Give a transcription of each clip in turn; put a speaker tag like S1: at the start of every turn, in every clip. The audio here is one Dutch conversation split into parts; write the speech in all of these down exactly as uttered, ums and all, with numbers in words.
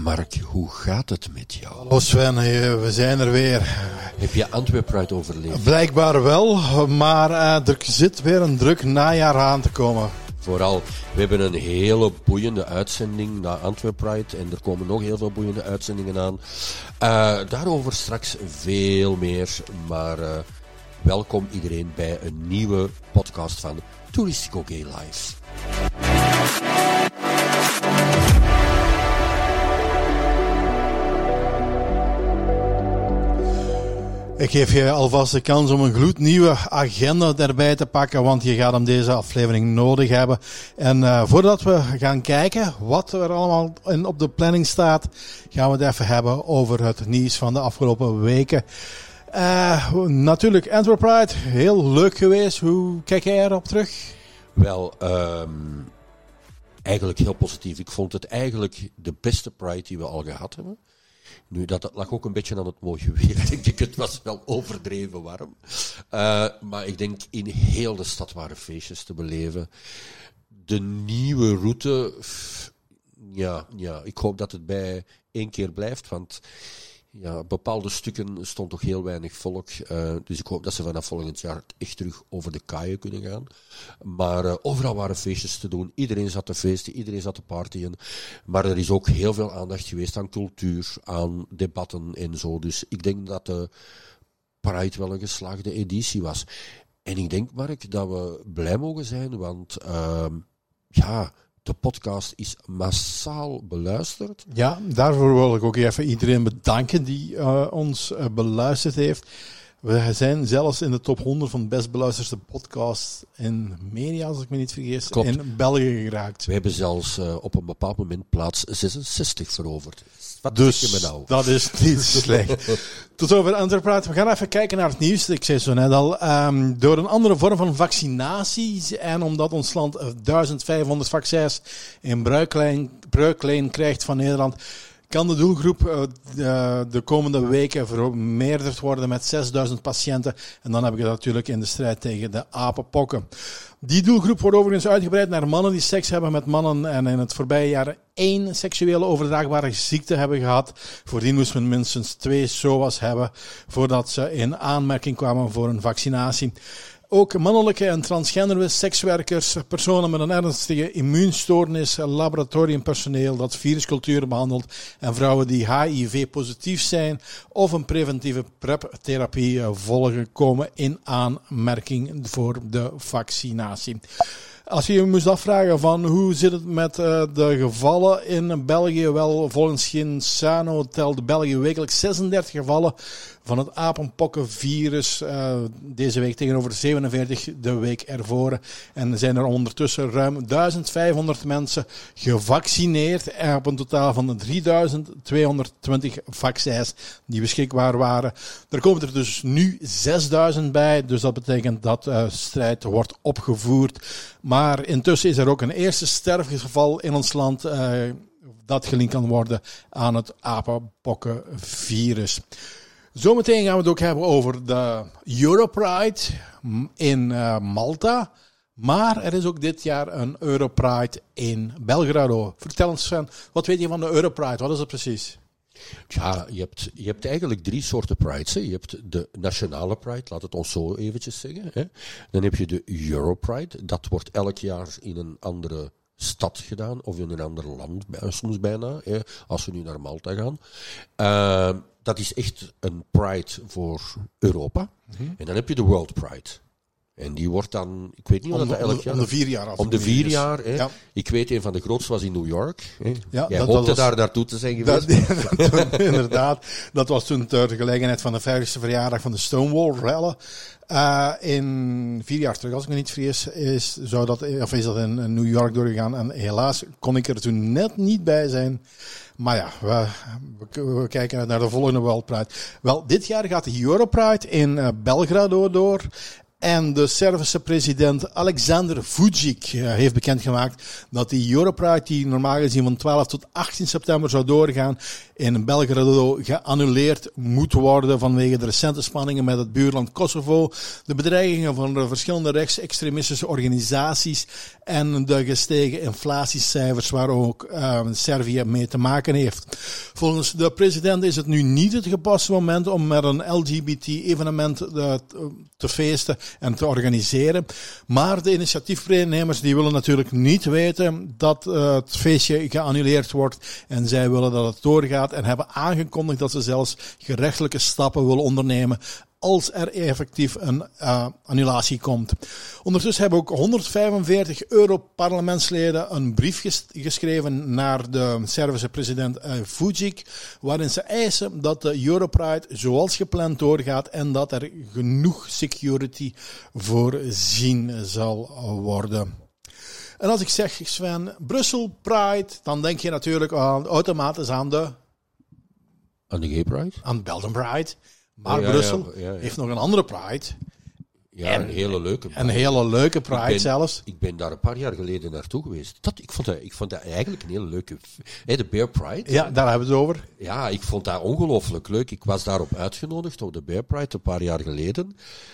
S1: Mark, hoe gaat het met jou?
S2: Hallo Sven, we zijn er weer.
S1: Heb je Antwerp Pride overleefd?
S2: Blijkbaar wel, maar uh, er zit weer een druk najaar aan te komen.
S1: Vooral, we hebben een hele boeiende uitzending na Antwerp Pride en er komen nog heel veel boeiende uitzendingen aan. Uh, daarover straks veel meer, maar uh, welkom iedereen bij een nieuwe podcast van Touristico Gay Life.
S2: Ik geef je alvast de kans om een gloednieuwe agenda erbij te pakken, want je gaat hem deze aflevering nodig hebben. En uh, voordat we gaan kijken wat er allemaal in, op de planning staat, gaan we het even hebben over het nieuws van de afgelopen weken. Uh, natuurlijk, Antwerp Pride, heel leuk geweest. Hoe kijk jij erop terug?
S1: Wel, um, eigenlijk heel positief. Ik vond het eigenlijk de beste Pride die we al gehad hebben. Nu, dat, dat lag ook een beetje aan het mooie weer, denk ik. Het was wel overdreven warm. Uh, maar ik denk, in heel de stad waren feestjes te beleven. De nieuwe route, ja, ja, ik hoop dat het bij één keer blijft, want ja, bepaalde stukken stond toch heel weinig volk. Uh, dus ik hoop dat ze vanaf volgend jaar echt terug over de kaaien kunnen gaan. Maar uh, overal waren feestjes te doen. Iedereen zat te feesten, iedereen zat te partyen. Maar er is ook heel veel aandacht geweest aan cultuur, aan debatten en zo. Dus ik denk dat de Pride wel een geslaagde editie was. En ik denk, Mark, dat we blij mogen zijn, want uh, ja, de podcast is massaal beluisterd.
S2: Ja, daarvoor wil ik ook even iedereen bedanken die uh, ons uh, beluisterd heeft. We zijn zelfs in de top honderd van de best beluisterde podcasts in media, als ik me niet vergis,
S1: Klopt.
S2: in België geraakt.
S1: We hebben zelfs uh, op een bepaald moment plaats zesenzestig veroverd. Wat
S2: dus
S1: zeg je me nou?
S2: Dat is niet slecht. Tot over Antwerp Pride. We gaan even kijken naar het nieuws. Ik zei zo net al. Um, door een andere vorm van vaccinaties en omdat ons land duizend vijfhonderd vaccins in bruiklijn, bruiklijn krijgt van Nederland, kan de doelgroep uh, de, de komende weken vermeerderd worden met zesduizend patiënten. En dan heb ik het natuurlijk in de strijd tegen de apenpokken. Die doelgroep wordt overigens uitgebreid naar mannen die seks hebben met mannen en in het voorbije jaar één seksuele overdraagbare ziekte hebben gehad. Voordien moest men minstens twee S O A's hebben voordat ze in aanmerking kwamen voor een vaccinatie. Ook mannelijke en transgender sekswerkers, personen met een ernstige immuunstoornis, laboratoriumpersoneel dat virusculturen behandelt en vrouwen die H I V-positief zijn of een preventieve PrEP-therapie volgen, komen in aanmerking voor de vaccinatie. Als je je moest afvragen van hoe zit het met uh, de gevallen in België, wel volgens Ginsano telt België wekelijks zesendertig gevallen van het apenpokkenvirus. Uh, deze week tegenover zevenenveertig de week ervoor. En zijn er ondertussen ruim duizend vijfhonderd mensen gevaccineerd en op een totaal van drieduizend tweehonderdtwintig vaccins die beschikbaar waren. Er komen er dus nu zesduizend bij, dus dat betekent dat de uh, strijd wordt opgevoerd. Maar intussen is er ook een eerste sterfgeval in ons land uh, dat gelinkt kan worden aan het apenpokkenvirus. Zometeen gaan we het ook hebben over de Europride in uh, Malta. Maar er is ook dit jaar een Europride in Belgrado. Vertel eens Sven, wat weet je van de Europride? Wat is dat precies?
S1: Ja, je hebt, je hebt eigenlijk drie soorten prides. Hè. Je hebt de nationale pride, laat het ons zo eventjes zeggen. Hè. Dan heb je de Europride. Dat wordt elk jaar in een andere stad gedaan, of in een ander land, soms bijna, hè, als we nu naar Malta gaan. Uh, dat is echt een pride voor Europa. Mm-hmm. En dan heb je de World Pride. En die wordt dan, ik weet niet of dat elk jaar...
S2: Om de vier jaar.
S1: Om de vier jaar, hè. Ja. Ik weet, een van de grootste was in New York. Hè. Ja, Jij dat, hoopte dat was, daar naartoe te zijn geweest.
S2: Dat, dat, inderdaad. Dat was toen ter gelegenheid van de vijftigste verjaardag van de Stonewall-rellen. Uh, in vier jaar terug, als ik me niet vergis, is, zou dat, of is dat in, in New York doorgegaan. En helaas kon ik er toen net niet bij zijn. Maar ja, we, we, we kijken naar de volgende World Pride. Wel, dit jaar gaat de Europride in uh, Belgrado door. En de Servische president Alexander Vučić heeft bekendgemaakt dat die Europride, die normaal gezien van twaalf tot achttien september zou doorgaan, in Belgrado geannuleerd moet worden vanwege de recente spanningen met het buurland Kosovo, de bedreigingen van de verschillende rechtsextremistische organisaties en de gestegen inflatiecijfers waar ook uh, Servië mee te maken heeft. Volgens de president is het nu niet het gepaste moment om met een L G B T-evenement uh, te feesten en te organiseren. Maar de initiatiefnemers die willen natuurlijk niet weten dat uh, het feestje geannuleerd wordt en zij willen dat het doorgaat en hebben aangekondigd dat ze zelfs gerechtelijke stappen willen ondernemen als er effectief een uh, annulatie komt. Ondertussen hebben ook honderdvijfenveertig Europarlementsleden een brief ges- geschreven naar de Servische president uh, Vučić, waarin ze eisen dat de Europride zoals gepland doorgaat en dat er genoeg security voorzien zal worden. En als ik zeg, Sven, Brussel Pride, dan denk je natuurlijk aan, automatisch aan de...
S1: Aan de Gay Pride?
S2: Aan Belgian Pride. Maar
S1: ja, ja,
S2: Brussel
S1: ja, ja, ja.
S2: heeft nog een andere Pride.
S1: Ja,
S2: en,
S1: een hele leuke Pride.
S2: Een hele leuke Pride
S1: ik ben,
S2: zelfs.
S1: Ik ben daar een paar jaar geleden naartoe geweest. Dat, ik, vond dat, ik vond dat eigenlijk een hele leuke... Hè, de Bear Pride.
S2: Ja, daar hebben we het over.
S1: Ja, ik vond dat ongelooflijk leuk. Ik was daarop uitgenodigd op de Bear Pride een paar jaar geleden.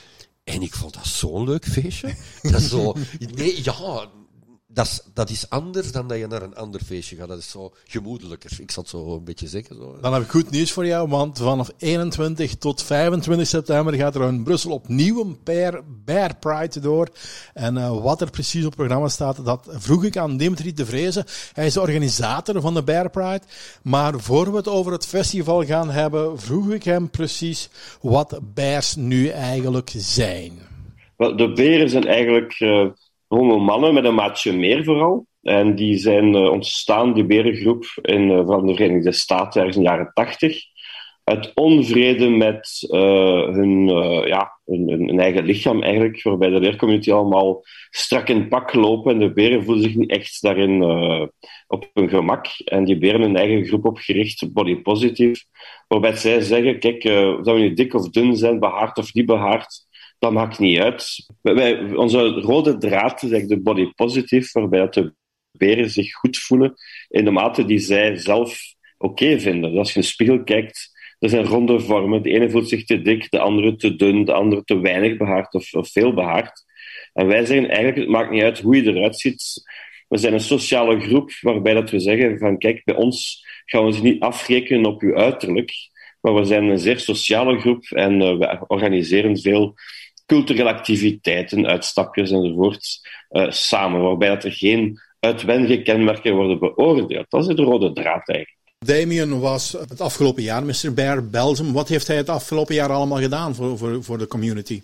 S1: En ik vond dat zo'n leuk feestje. Dat is zo... Nee, ja... Dat is, dat is anders dan dat je naar een ander feestje gaat. Dat is zo gemoedelijker. Ik zal het zo een beetje zeggen. Zo.
S2: Dan heb ik goed nieuws voor jou, want vanaf eenentwintig tot vijfentwintig september gaat er in Brussel opnieuw een Bear, Bear Pride door. En uh, wat er precies op het programma staat, dat vroeg ik aan Dimitri de Vreese. Hij is de organisator van de Bear Pride. Maar voor we het over het festival gaan hebben, vroeg ik hem precies wat bears nu eigenlijk zijn.
S3: Wel, de beren zijn eigenlijk... Uh... homo mannen met een maatje meer vooral. En die zijn uh, ontstaan, die berengroep, in, uh, van de Verenigde Staten ergens in de jaren tachtig. Uit onvrede met uh, hun, uh, ja, hun, hun eigen lichaam eigenlijk, waarbij de leercommunity allemaal strak in pak lopen en de beren voelen zich niet echt daarin uh, op hun gemak. En die beren een eigen groep opgericht, Body Positive, waarbij zij zeggen, kijk, uh, dat we nu dik of dun zijn, behaard of niet behaard, dat maakt niet uit. Wij, onze rode draad is eigenlijk de body positive, waarbij dat de beren zich goed voelen in de mate die zij zelf oké okay vinden. Dus als je in de spiegel kijkt, er zijn ronde vormen. De ene voelt zich te dik, de andere te dun, de andere te weinig behaard of, of veel behaard. En wij zeggen eigenlijk, het maakt niet uit hoe je eruit ziet. We zijn een sociale groep waarbij dat we zeggen van kijk, bij ons gaan we ons niet afrekenen op uw uiterlijk, maar we zijn een zeer sociale groep en uh, we organiseren veel culturele activiteiten, uitstapjes enzovoort, uh, samen, waarbij dat er geen uitwendige kenmerken worden beoordeeld. Dat is de rode draad eigenlijk.
S2: Damien was het afgelopen jaar mister Bear Belgium. Wat heeft hij het afgelopen jaar allemaal gedaan voor, voor, voor de community?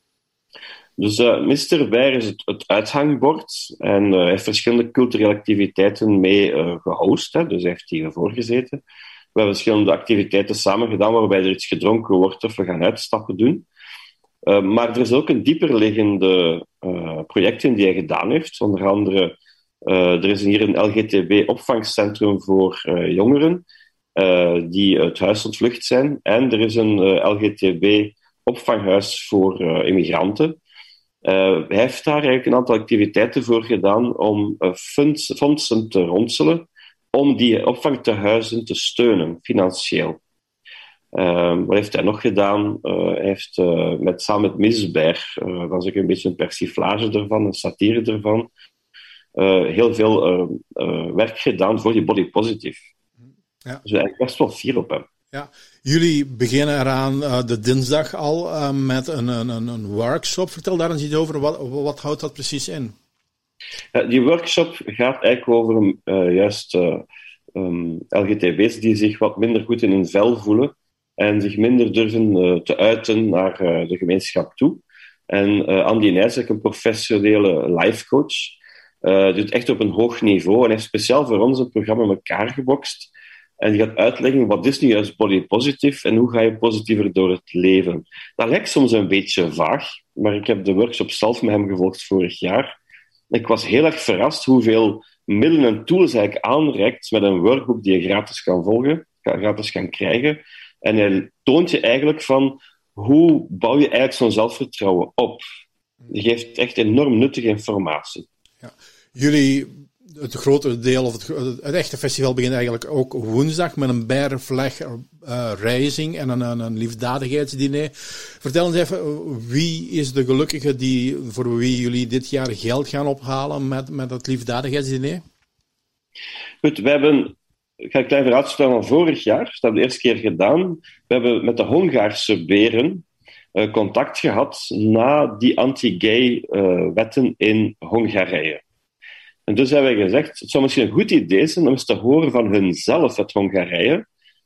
S3: Dus uh, mister Bear is het, het uithangbord en uh, heeft verschillende culturele activiteiten mee uh, gehost, hè, dus hij heeft die ervoor gezeten. We hebben verschillende activiteiten samen gedaan waarbij er iets gedronken wordt of we gaan uitstappen doen. Uh, maar er is ook een dieperliggende uh, projecten die hij gedaan heeft. Onder andere, uh, er is hier een L G T B-opvangcentrum voor uh, jongeren uh, die uit huis ontvlucht zijn. En er is een uh, L G T B-opvanghuis voor uh, immigranten. Uh, hij heeft daar eigenlijk een aantal activiteiten voor gedaan om uh, funds, fondsen te ronselen om die opvangtehuizen te steunen, financieel. Uh, wat heeft hij nog gedaan? Uh, hij heeft uh, met, samen met Miss Bear, uh, dat is ook een beetje een persiflage ervan, een satire ervan, uh, heel veel uh, uh, werk gedaan voor die body positive. Ja. Dus eigenlijk best wel fier op hem.
S2: Ja. Jullie beginnen eraan uh, de dinsdag al uh, met een, een, een workshop. Vertel daar eens iets over. Wat, wat houdt dat precies in?
S3: Ja, die workshop gaat eigenlijk over uh, juist uh, um, L G T B's die zich wat minder goed in hun vel voelen en zich minder durven uh, te uiten naar uh, de gemeenschap toe. En uh, Andy Nijs, een professionele life coach, uh, doet echt op een hoog niveau en heeft speciaal voor ons een programma in elkaar gebokst. En die gaat uitleggen wat is nu juist body positive en hoe ga je positiever door het leven. Dat lijkt soms een beetje vaag, maar ik heb de workshop zelf met hem gevolgd vorig jaar. Ik was heel erg verrast hoeveel middelen en tools hij aanreikt met een workbook die je gratis kan volgen, gratis kan krijgen. En hij toont je eigenlijk van hoe bouw je eigenlijk zo'n zelfvertrouwen op. Die geeft echt enorm nuttige informatie.
S2: Ja. Jullie, het grote deel, of het, het echte festival begint eigenlijk ook woensdag met een Bear Flag uh, Raising en een, een, een liefdadigheidsdiner. Vertel eens even, wie is de gelukkige die, voor wie jullie dit jaar geld gaan ophalen met, met het liefdadigheidsdiner?
S3: Goed, we hebben, ik ga een klein verhaal vertellen van vorig jaar. Dat hebben we de eerste keer gedaan. We hebben met de Hongaarse beren uh, contact gehad na die anti-gay uh, wetten in Hongarije. En dus hebben we gezegd, het zou misschien een goed idee zijn om eens te horen van hunzelf uit Hongarije.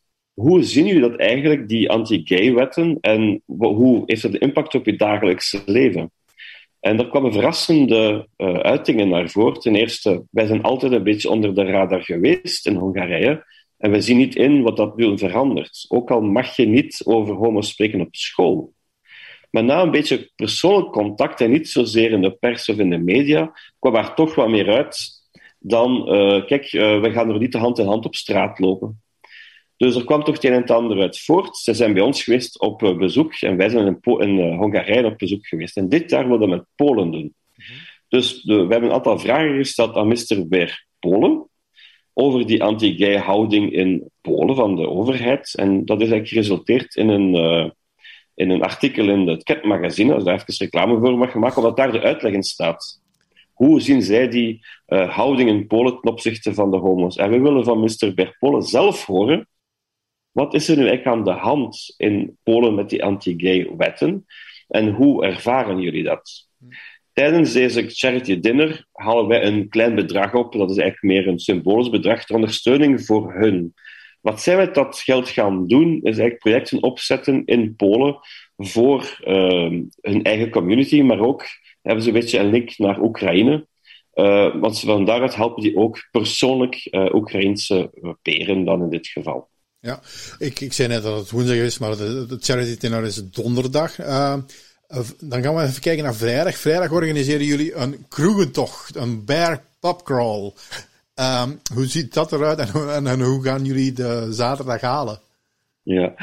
S3: Hoe zien jullie dat eigenlijk, die anti-gay wetten, en hoe heeft dat impact op je dagelijks leven? En daar kwamen verrassende uh, uitingen naar voren. Ten eerste, wij zijn altijd een beetje onder de radar geweest in Hongarije. En we zien niet in wat dat nu verandert. Ook al mag je niet over homo spreken op school. Maar na een beetje persoonlijk contact, en niet zozeer in de pers of in de media, kwam er toch wat meer uit dan, uh, kijk, uh, we gaan er niet de hand in hand op straat lopen. Dus er kwam toch het een en het ander uit voort. Ze zijn bij ons geweest op uh, bezoek en wij zijn in, po- in uh, Hongarije op bezoek geweest. En dit jaar wilden we met Polen doen. Mm-hmm. Dus de, we hebben een aantal vragen gesteld aan mister Bear Polen over die anti-gay houding in Polen van de overheid. En dat is eigenlijk geresulteerd in een... Uh, in een artikel in het Ket magazine, als daar even reclame voor mag maken, omdat daar de uitleg in staat. Hoe zien zij die uh, houding in Polen ten opzichte van de homo's? En we willen van mister Bear Polen zelf horen, wat is er nu eigenlijk aan de hand in Polen met die anti-gay wetten? En hoe ervaren jullie dat? Tijdens deze charity dinner halen wij een klein bedrag op, dat is eigenlijk meer een symbolisch bedrag, ter ondersteuning voor hun. Wat zij met dat geld gaan doen, is eigenlijk projecten opzetten in Polen voor uh, hun eigen community, maar ook hebben ze een beetje een link naar Oekraïne. Uh, want van daaruit helpen die ook persoonlijk uh, Oekraïnse peren dan in dit geval.
S2: Ja, ik, ik zei net dat het woensdag is, maar de, de charity dinner is donderdag. Uh, dan gaan we even kijken naar vrijdag. Vrijdag organiseren jullie een kroegentocht, een bear pub crawl. Um, hoe ziet dat eruit en, en, en hoe gaan jullie de zaterdag halen?
S3: Ja,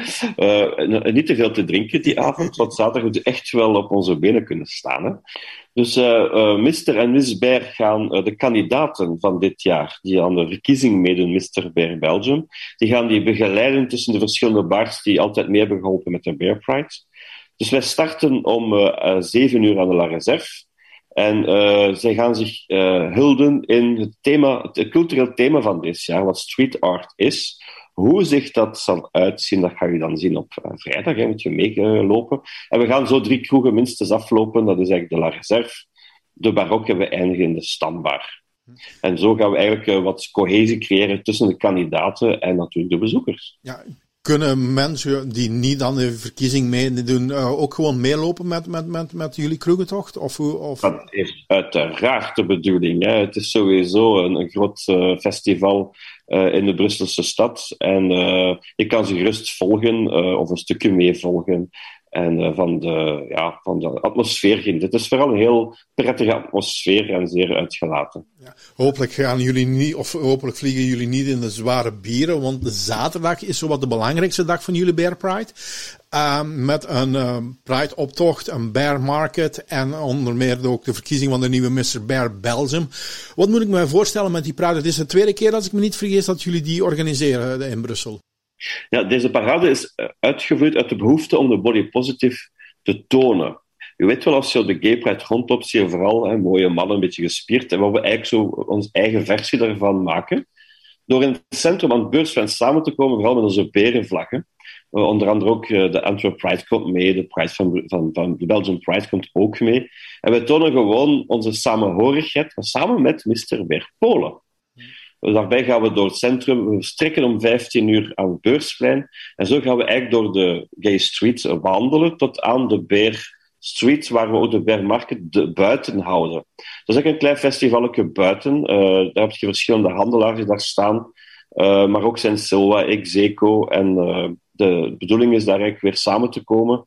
S3: uh, niet te veel te drinken die avond, want zaterdag moeten we echt wel op onze benen kunnen staan. Hè? Dus uh, uh, mister en miss Bear gaan uh, de kandidaten van dit jaar, die aan de verkiezing meedoen, mister Bear Belgium, die gaan die begeleiden tussen de verschillende bars die altijd mee hebben geholpen met de Bear Pride. Dus wij starten om uh, zeven uur aan de La Reserve. En uh, zij gaan zich uh, hulden in het, thema, het cultureel thema van dit jaar, wat street art is. Hoe zich dat zal uitzien, dat ga je dan zien op uh, vrijdag, hè, moet je meelopen. Uh, en we gaan zo drie kroegen minstens aflopen, dat is eigenlijk de La Reserve. De Barok en we eindigen in de Stambar. En zo gaan we eigenlijk uh, wat cohesie creëren tussen de kandidaten en natuurlijk de bezoekers.
S2: Ja. Kunnen mensen die niet aan de verkiezing meedoen uh, ook gewoon meelopen met, met, met, met jullie kroegentocht? Of, of...
S3: Dat is uiteraard de bedoeling. Hè. Het is sowieso een, een groot uh, festival uh, in de Brusselse stad. En uh, je kan ze gerust volgen uh, of een stukje meevolgen. En uh, van, de, ja, van de atmosfeer genieten. Het is vooral een heel prettige atmosfeer en zeer uitgelaten.
S2: Ja, hopelijk gaan jullie niet, of hopelijk vliegen jullie niet in de zware bieren, want de zaterdag is zowat de belangrijkste dag van jullie Bear Pride. Uh, met een uh, Pride-optocht, een Bear Market en onder meer ook de verkiezing van de nieuwe mister Bear Belgium. Wat moet ik me voorstellen met die Pride? Het is de tweede keer, als ik me niet vergis, dat jullie die organiseren in Brussel.
S3: Ja, deze parade is uitgevloeid uit de behoefte om de body positive te tonen. Je weet wel, als je op de Gay Pride rondloopt, zie je vooral hè, mooie mannen, een beetje gespierd. En wat we eigenlijk zo onze eigen versie daarvan maken. Door in het centrum aan het beursplein samen te komen, vooral met onze berenvlaggen. Uh, onder andere ook uh, de Antwerp Pride komt mee, de Pride van, van, van de Belgian Pride komt ook mee. En we tonen gewoon onze samenhorigheid, samen met mister Bear Polen. Daarbij gaan we door het centrum, we strekken om vijftien uur aan het Beursplein. En zo gaan we eigenlijk door de Gay Street wandelen tot aan de Bear Street, waar we ook de Bear Market de buiten houden. Dat is ook een klein festivaletje buiten. Uh, daar heb je verschillende handelaars die daar staan. Uh, maar ook zijn Silva, Execo. En uh, de bedoeling is daar eigenlijk weer samen te komen.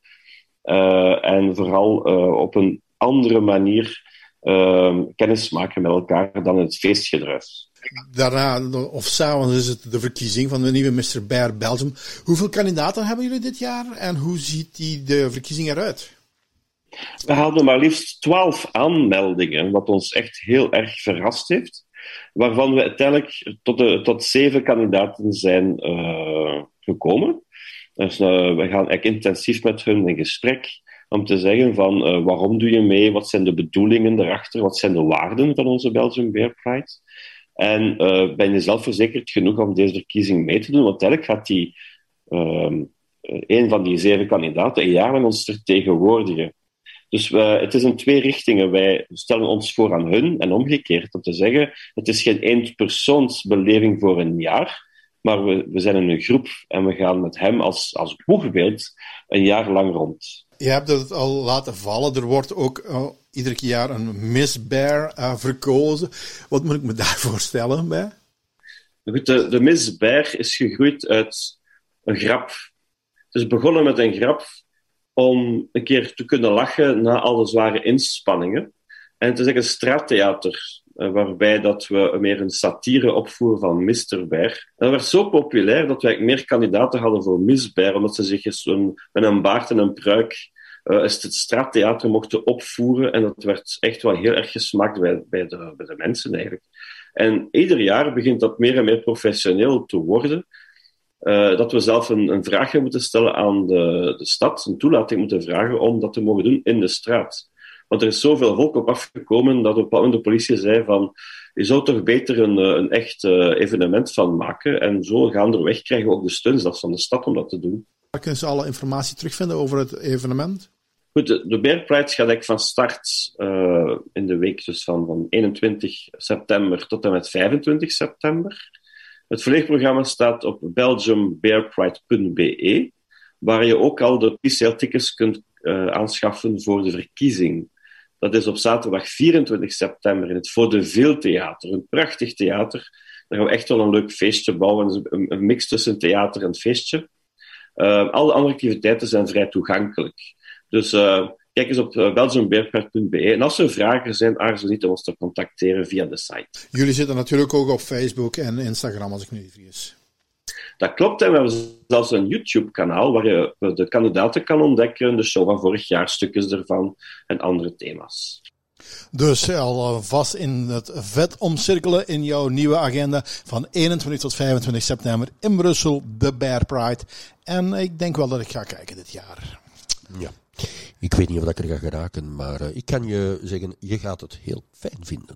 S3: Uh, en vooral uh, op een andere manier uh, kennis maken met elkaar dan in het feestgedruis.
S2: Daarna, of s'avonds, is het de verkiezing van de nieuwe mister Bear Belgium. Hoeveel kandidaten hebben jullie dit jaar en hoe ziet die de verkiezing eruit?
S3: We hadden maar liefst twaalf aanmeldingen, wat ons echt heel erg verrast heeft. Waarvan we uiteindelijk tot, de, tot zeven kandidaten zijn uh, gekomen. Dus uh, we gaan eigenlijk intensief met hun in gesprek om te zeggen van uh, waarom doe je mee, wat zijn de bedoelingen erachter, wat zijn de waarden van onze Belgium Bear Pride. En uh, ben je zelf verzekerd genoeg om deze verkiezing mee te doen, want eigenlijk gaat die, uh, een van die zeven kandidaten een jaar lang ons vertegenwoordigen. Dus we, het is in twee richtingen. Wij stellen ons voor aan hun en omgekeerd om te zeggen, het is geen eenpersoonsbeleving voor een jaar, maar we, we zijn in een groep en we gaan met hem als, als boegbeeld een jaar lang rond.
S2: Je hebt het al laten vallen. Er wordt ook uh, ieder jaar een Miss Bear uh, verkozen. Wat moet ik me daarvoor stellen bij?
S3: De, de Miss Bear is gegroeid uit een grap. Het is begonnen met een grap om een keer te kunnen lachen na al de zware inspanningen. En het is echt een straattheater, uh, waarbij dat we meer een satire opvoeren van mister Bear. En dat werd zo populair dat wij meer kandidaten hadden voor Miss Bear, omdat ze zich eens een, met een baard en een pruik uh, het straattheater mochten opvoeren. En dat werd echt wel heel erg gesmaakt bij, bij, de, bij de mensen eigenlijk. En ieder jaar begint dat meer en meer professioneel te worden. Uh, dat we zelf een, een vraag moeten stellen aan de, de stad, een toelating moeten vragen om dat te mogen doen in de straat. Want er is zoveel volk op afgekomen dat op de politie zei van je zou toch beter een, een echt uh, evenement van maken. En zo gaandeweg krijgen we ook de steun zelfs van de stad om dat te doen.
S2: Waar kunnen ze alle informatie terugvinden over het evenement?
S3: Goed, de, de Bear Pride gaat eigenlijk van start uh, in de week dus van, van eenentwintig september tot en met vijfentwintig september. Het volleegprogramma staat op belgium bear pride punt b e, waar je ook al de P C L-tickets kunt uh, aanschaffen voor de verkiezing. Dat is op zaterdag vierentwintig september in het Vaudeville Theater, een prachtig theater. Daar gaan we echt wel een leuk feestje bouwen, een, een mix tussen theater en feestje. Uh, alle andere activiteiten zijn vrij toegankelijk. Dus uh, kijk eens op uh, belgium bear pride punt b e. En als er vragen zijn, aarzel niet om ons te contacteren via de site.
S2: Jullie zitten natuurlijk ook op Facebook en Instagram, als ik me niet vergis.
S3: Dat klopt, en we hebben zelfs een YouTube-kanaal waar je de kandidaten kan ontdekken, de show van vorig jaar, stukjes ervan en andere thema's.
S2: Dus al vast in het vet omcirkelen in jouw nieuwe agenda van eenentwintig tot vijfentwintig september in Brussel, de Bear Pride. En ik denk wel dat ik ga kijken dit jaar.
S1: Ja, ik weet niet of ik er ga geraken, maar uh, ik kan je zeggen, je gaat het heel fijn vinden.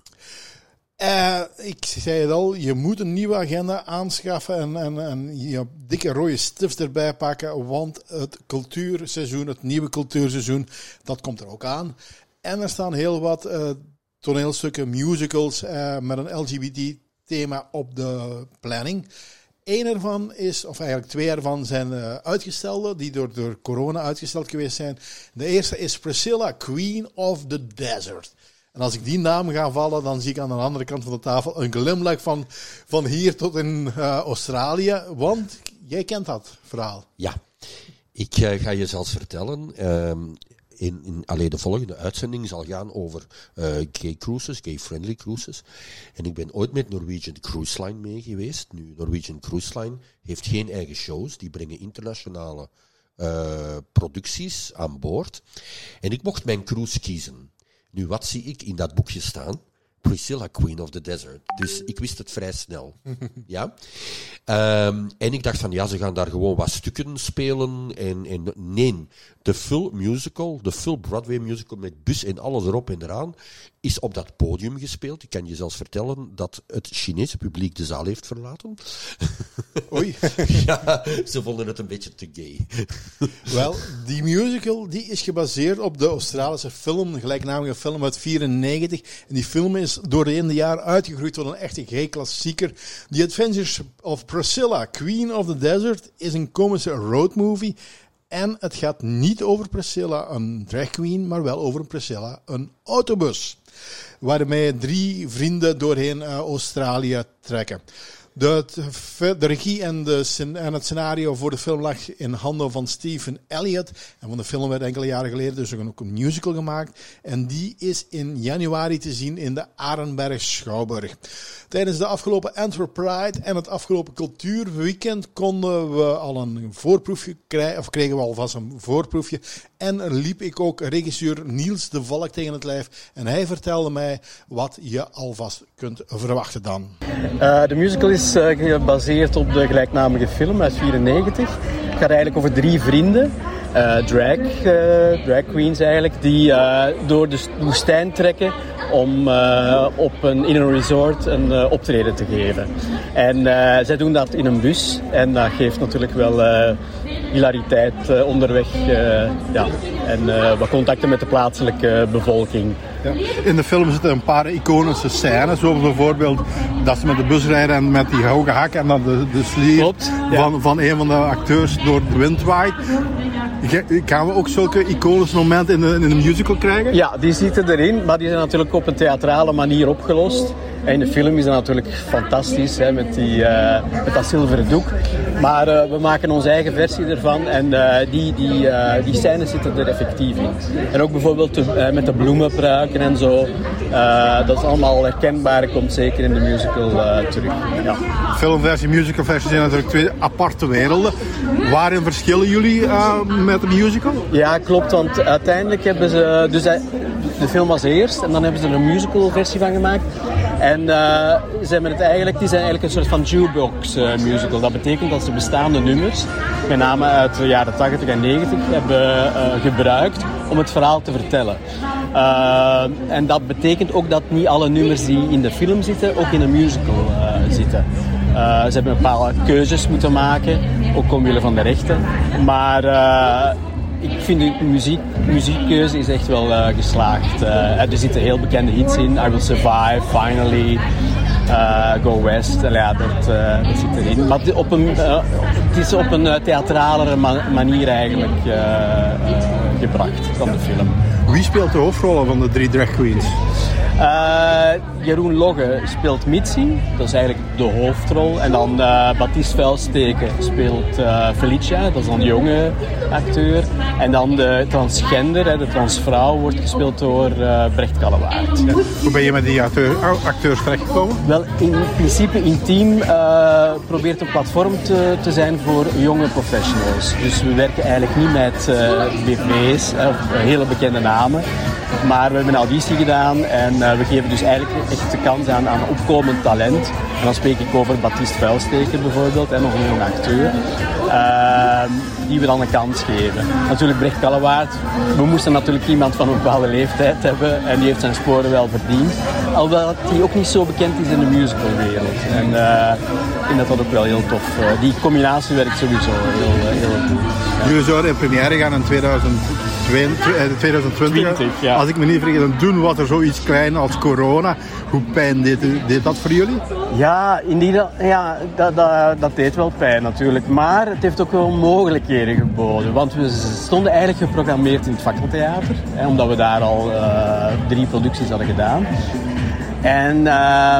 S2: Uh, ik zei het al, je moet een nieuwe agenda aanschaffen en, en, en je dikke rode stift erbij pakken, want het cultuurseizoen, het nieuwe cultuurseizoen, dat komt er ook aan. En er staan heel wat uh, toneelstukken, musicals uh, met een L G B T-thema op de planning. Eén ervan is, of eigenlijk twee ervan zijn uh, uitgestelde, die door, door corona uitgesteld geweest zijn. De eerste is Priscilla, Queen of the Desert. En als ik die naam ga vallen, dan zie ik aan de andere kant van de tafel een glimlach van, van hier tot in uh, Australië. Want jij kent dat verhaal.
S1: Ja, ik uh, ga je zelfs vertellen. Um, in, in, allee, de volgende uitzending zal gaan over uh, gay cruises, gay-friendly cruises. En ik ben ooit met Norwegian Cruise Line mee geweest. Nu, Norwegian Cruise Line heeft geen eigen shows. Die brengen internationale uh, producties aan boord. En ik mocht mijn cruise kiezen. Nu, wat zie ik in dat boekje staan? Priscilla, Queen of the Desert. Dus ik wist het vrij snel. Ja? Um, en ik dacht van, ja, ze gaan daar gewoon wat stukken spelen. En, en nee, de full musical, de full Broadway musical met bus en alles erop en eraan, is op dat podium gespeeld. Ik kan je zelfs vertellen dat het Chinese publiek de zaal heeft verlaten.
S2: Oei.
S1: Ja, ze vonden het een beetje te gay.
S2: Wel, die musical die is gebaseerd op de Australische film, een gelijknamige film uit vierennegentig. En die film is door de ene jaar uitgegroeid tot een echte gay klassieker. The Adventures of Priscilla, Queen of the Desert, is een komische roadmovie. En het gaat niet over Priscilla, een drag queen, maar wel over Priscilla, een autobus. Waarmee drie vrienden doorheen uh, Australië trekken. De, de regie en, de, en het scenario voor de film lag in handen van Stephen Elliott. En van de film werd enkele jaren geleden dus ook een musical gemaakt. En die is in januari te zien in de Arenberg Schouwburg. Tijdens de afgelopen Antwerp Pride en het afgelopen cultuurweekend konden we al een voorproefje krijgen, of kregen we alvast een voorproefje. En liep ik ook regisseur Niels de Valk tegen het lijf. En hij vertelde mij wat je alvast kunt verwachten dan.
S4: Uh, de musical is uh, gebaseerd op de gelijknamige film uit negentien vierennegentig. Het gaat eigenlijk over drie vrienden. Uh, drag, uh, drag queens eigenlijk, die uh, door de woestijn trekken om uh, op een, in een resort een uh, optreden te geven. En uh, zij doen dat in een bus en dat geeft natuurlijk wel uh, hilariteit uh, onderweg uh, ja. en uh, wat contacten met de plaatselijke bevolking.
S2: Ja. In de film zitten een paar iconische scènes, zoals bijvoorbeeld dat ze met de bus rijden en met die hoge hak en dan de, de slier Klopt, ja. van, van een van de acteurs door de wind waait. Gaan we ook zulke iconische momenten in de, in de musical krijgen?
S4: Ja, die zitten erin, maar die zijn natuurlijk op een theatrale manier opgelost. En in de film is dat natuurlijk fantastisch, hè, met, die, uh, met dat zilveren doek. Maar uh, we maken onze eigen versie ervan en uh, die, die, uh, die scènes zitten er effectief in. En ook bijvoorbeeld de, uh, met de bloemenpruiken en zo. Uh, dat is allemaal herkenbaar, komt zeker in de musical uh, terug. Ja.
S2: Filmversie, musicalversie zijn natuurlijk twee aparte werelden. Waarin verschillen jullie uh, met de musical?
S4: Ja, klopt, want uiteindelijk hebben ze... Dus de film was eerst en dan hebben ze er een musicalversie van gemaakt. En uh, ze hebben het eigenlijk, die zijn eigenlijk een soort van jukebox uh, musical. Dat betekent dat ze bestaande nummers, met name uit de jaren tachtig en negentig, hebben uh, gebruikt om het verhaal te vertellen. Uh, en dat betekent ook dat niet alle nummers die in de film zitten, ook in een musical uh, zitten. Uh, ze hebben bepaalde keuzes moeten maken, ook omwille van de rechten. Maar... Uh, Ik vind de muziek, muziekkeuze is echt wel uh, geslaagd. Uh, er zitten heel bekende hits in. I Will Survive, Finally, uh, Go West. Uh, ja, dat, uh, dat zit erin. Maar op een, uh, het is op een uh, theatralere ma- manier eigenlijk uh, uh, gebracht dan de film.
S2: Wie speelt de hoofdrollen van de drie drag queens?
S4: Uh, Jeroen Logge speelt Mitzi, dat is eigenlijk de hoofdrol. En dan uh, Baptiste Vuilsteken speelt uh, Felicia, dat is dan een jonge acteur. En dan de transgender, de transvrouw, wordt gespeeld door uh, Brecht Kallewaard.
S2: Ja. Hoe ben je met die acteur, acteurs terechtgekomen?
S4: Wel, in principe Intiem uh, probeert een platform te, te zijn voor jonge professionals. Dus we werken eigenlijk niet met uh, B V's, uh, hele bekende namen. Maar we hebben een auditie gedaan en uh, we geven dus eigenlijk echt de kans aan, aan opkomend talent. En dan spreek ik over Baptiste Vuilsteken bijvoorbeeld, en nog een jonge acteur. Uh, die we dan een kans geven. Natuurlijk Brecht Kallewaard. We moesten natuurlijk iemand van een bepaalde leeftijd hebben en die heeft zijn sporen wel verdiend. Alhoewel hij ook niet zo bekend is in de musicalwereld. En uh, ik vind dat dat ook wel heel tof. Uh, die combinatie werkt sowieso heel, heel goed. Ja.
S2: Jullie zouden in première gaan in tweeduizend twintig.
S4: twintig, ja.
S2: Als ik me niet vergis, dan doen wat er zoiets klein als corona. Hoe pijn deed, deed dat voor jullie?
S4: Ja, inderdaad, ja dat, dat, dat deed wel pijn natuurlijk. Maar het heeft ook wel mogelijkheden geboden. Want we stonden eigenlijk geprogrammeerd in het Fakkeltheater. Hè, omdat we daar al uh, drie producties hadden gedaan. En uh,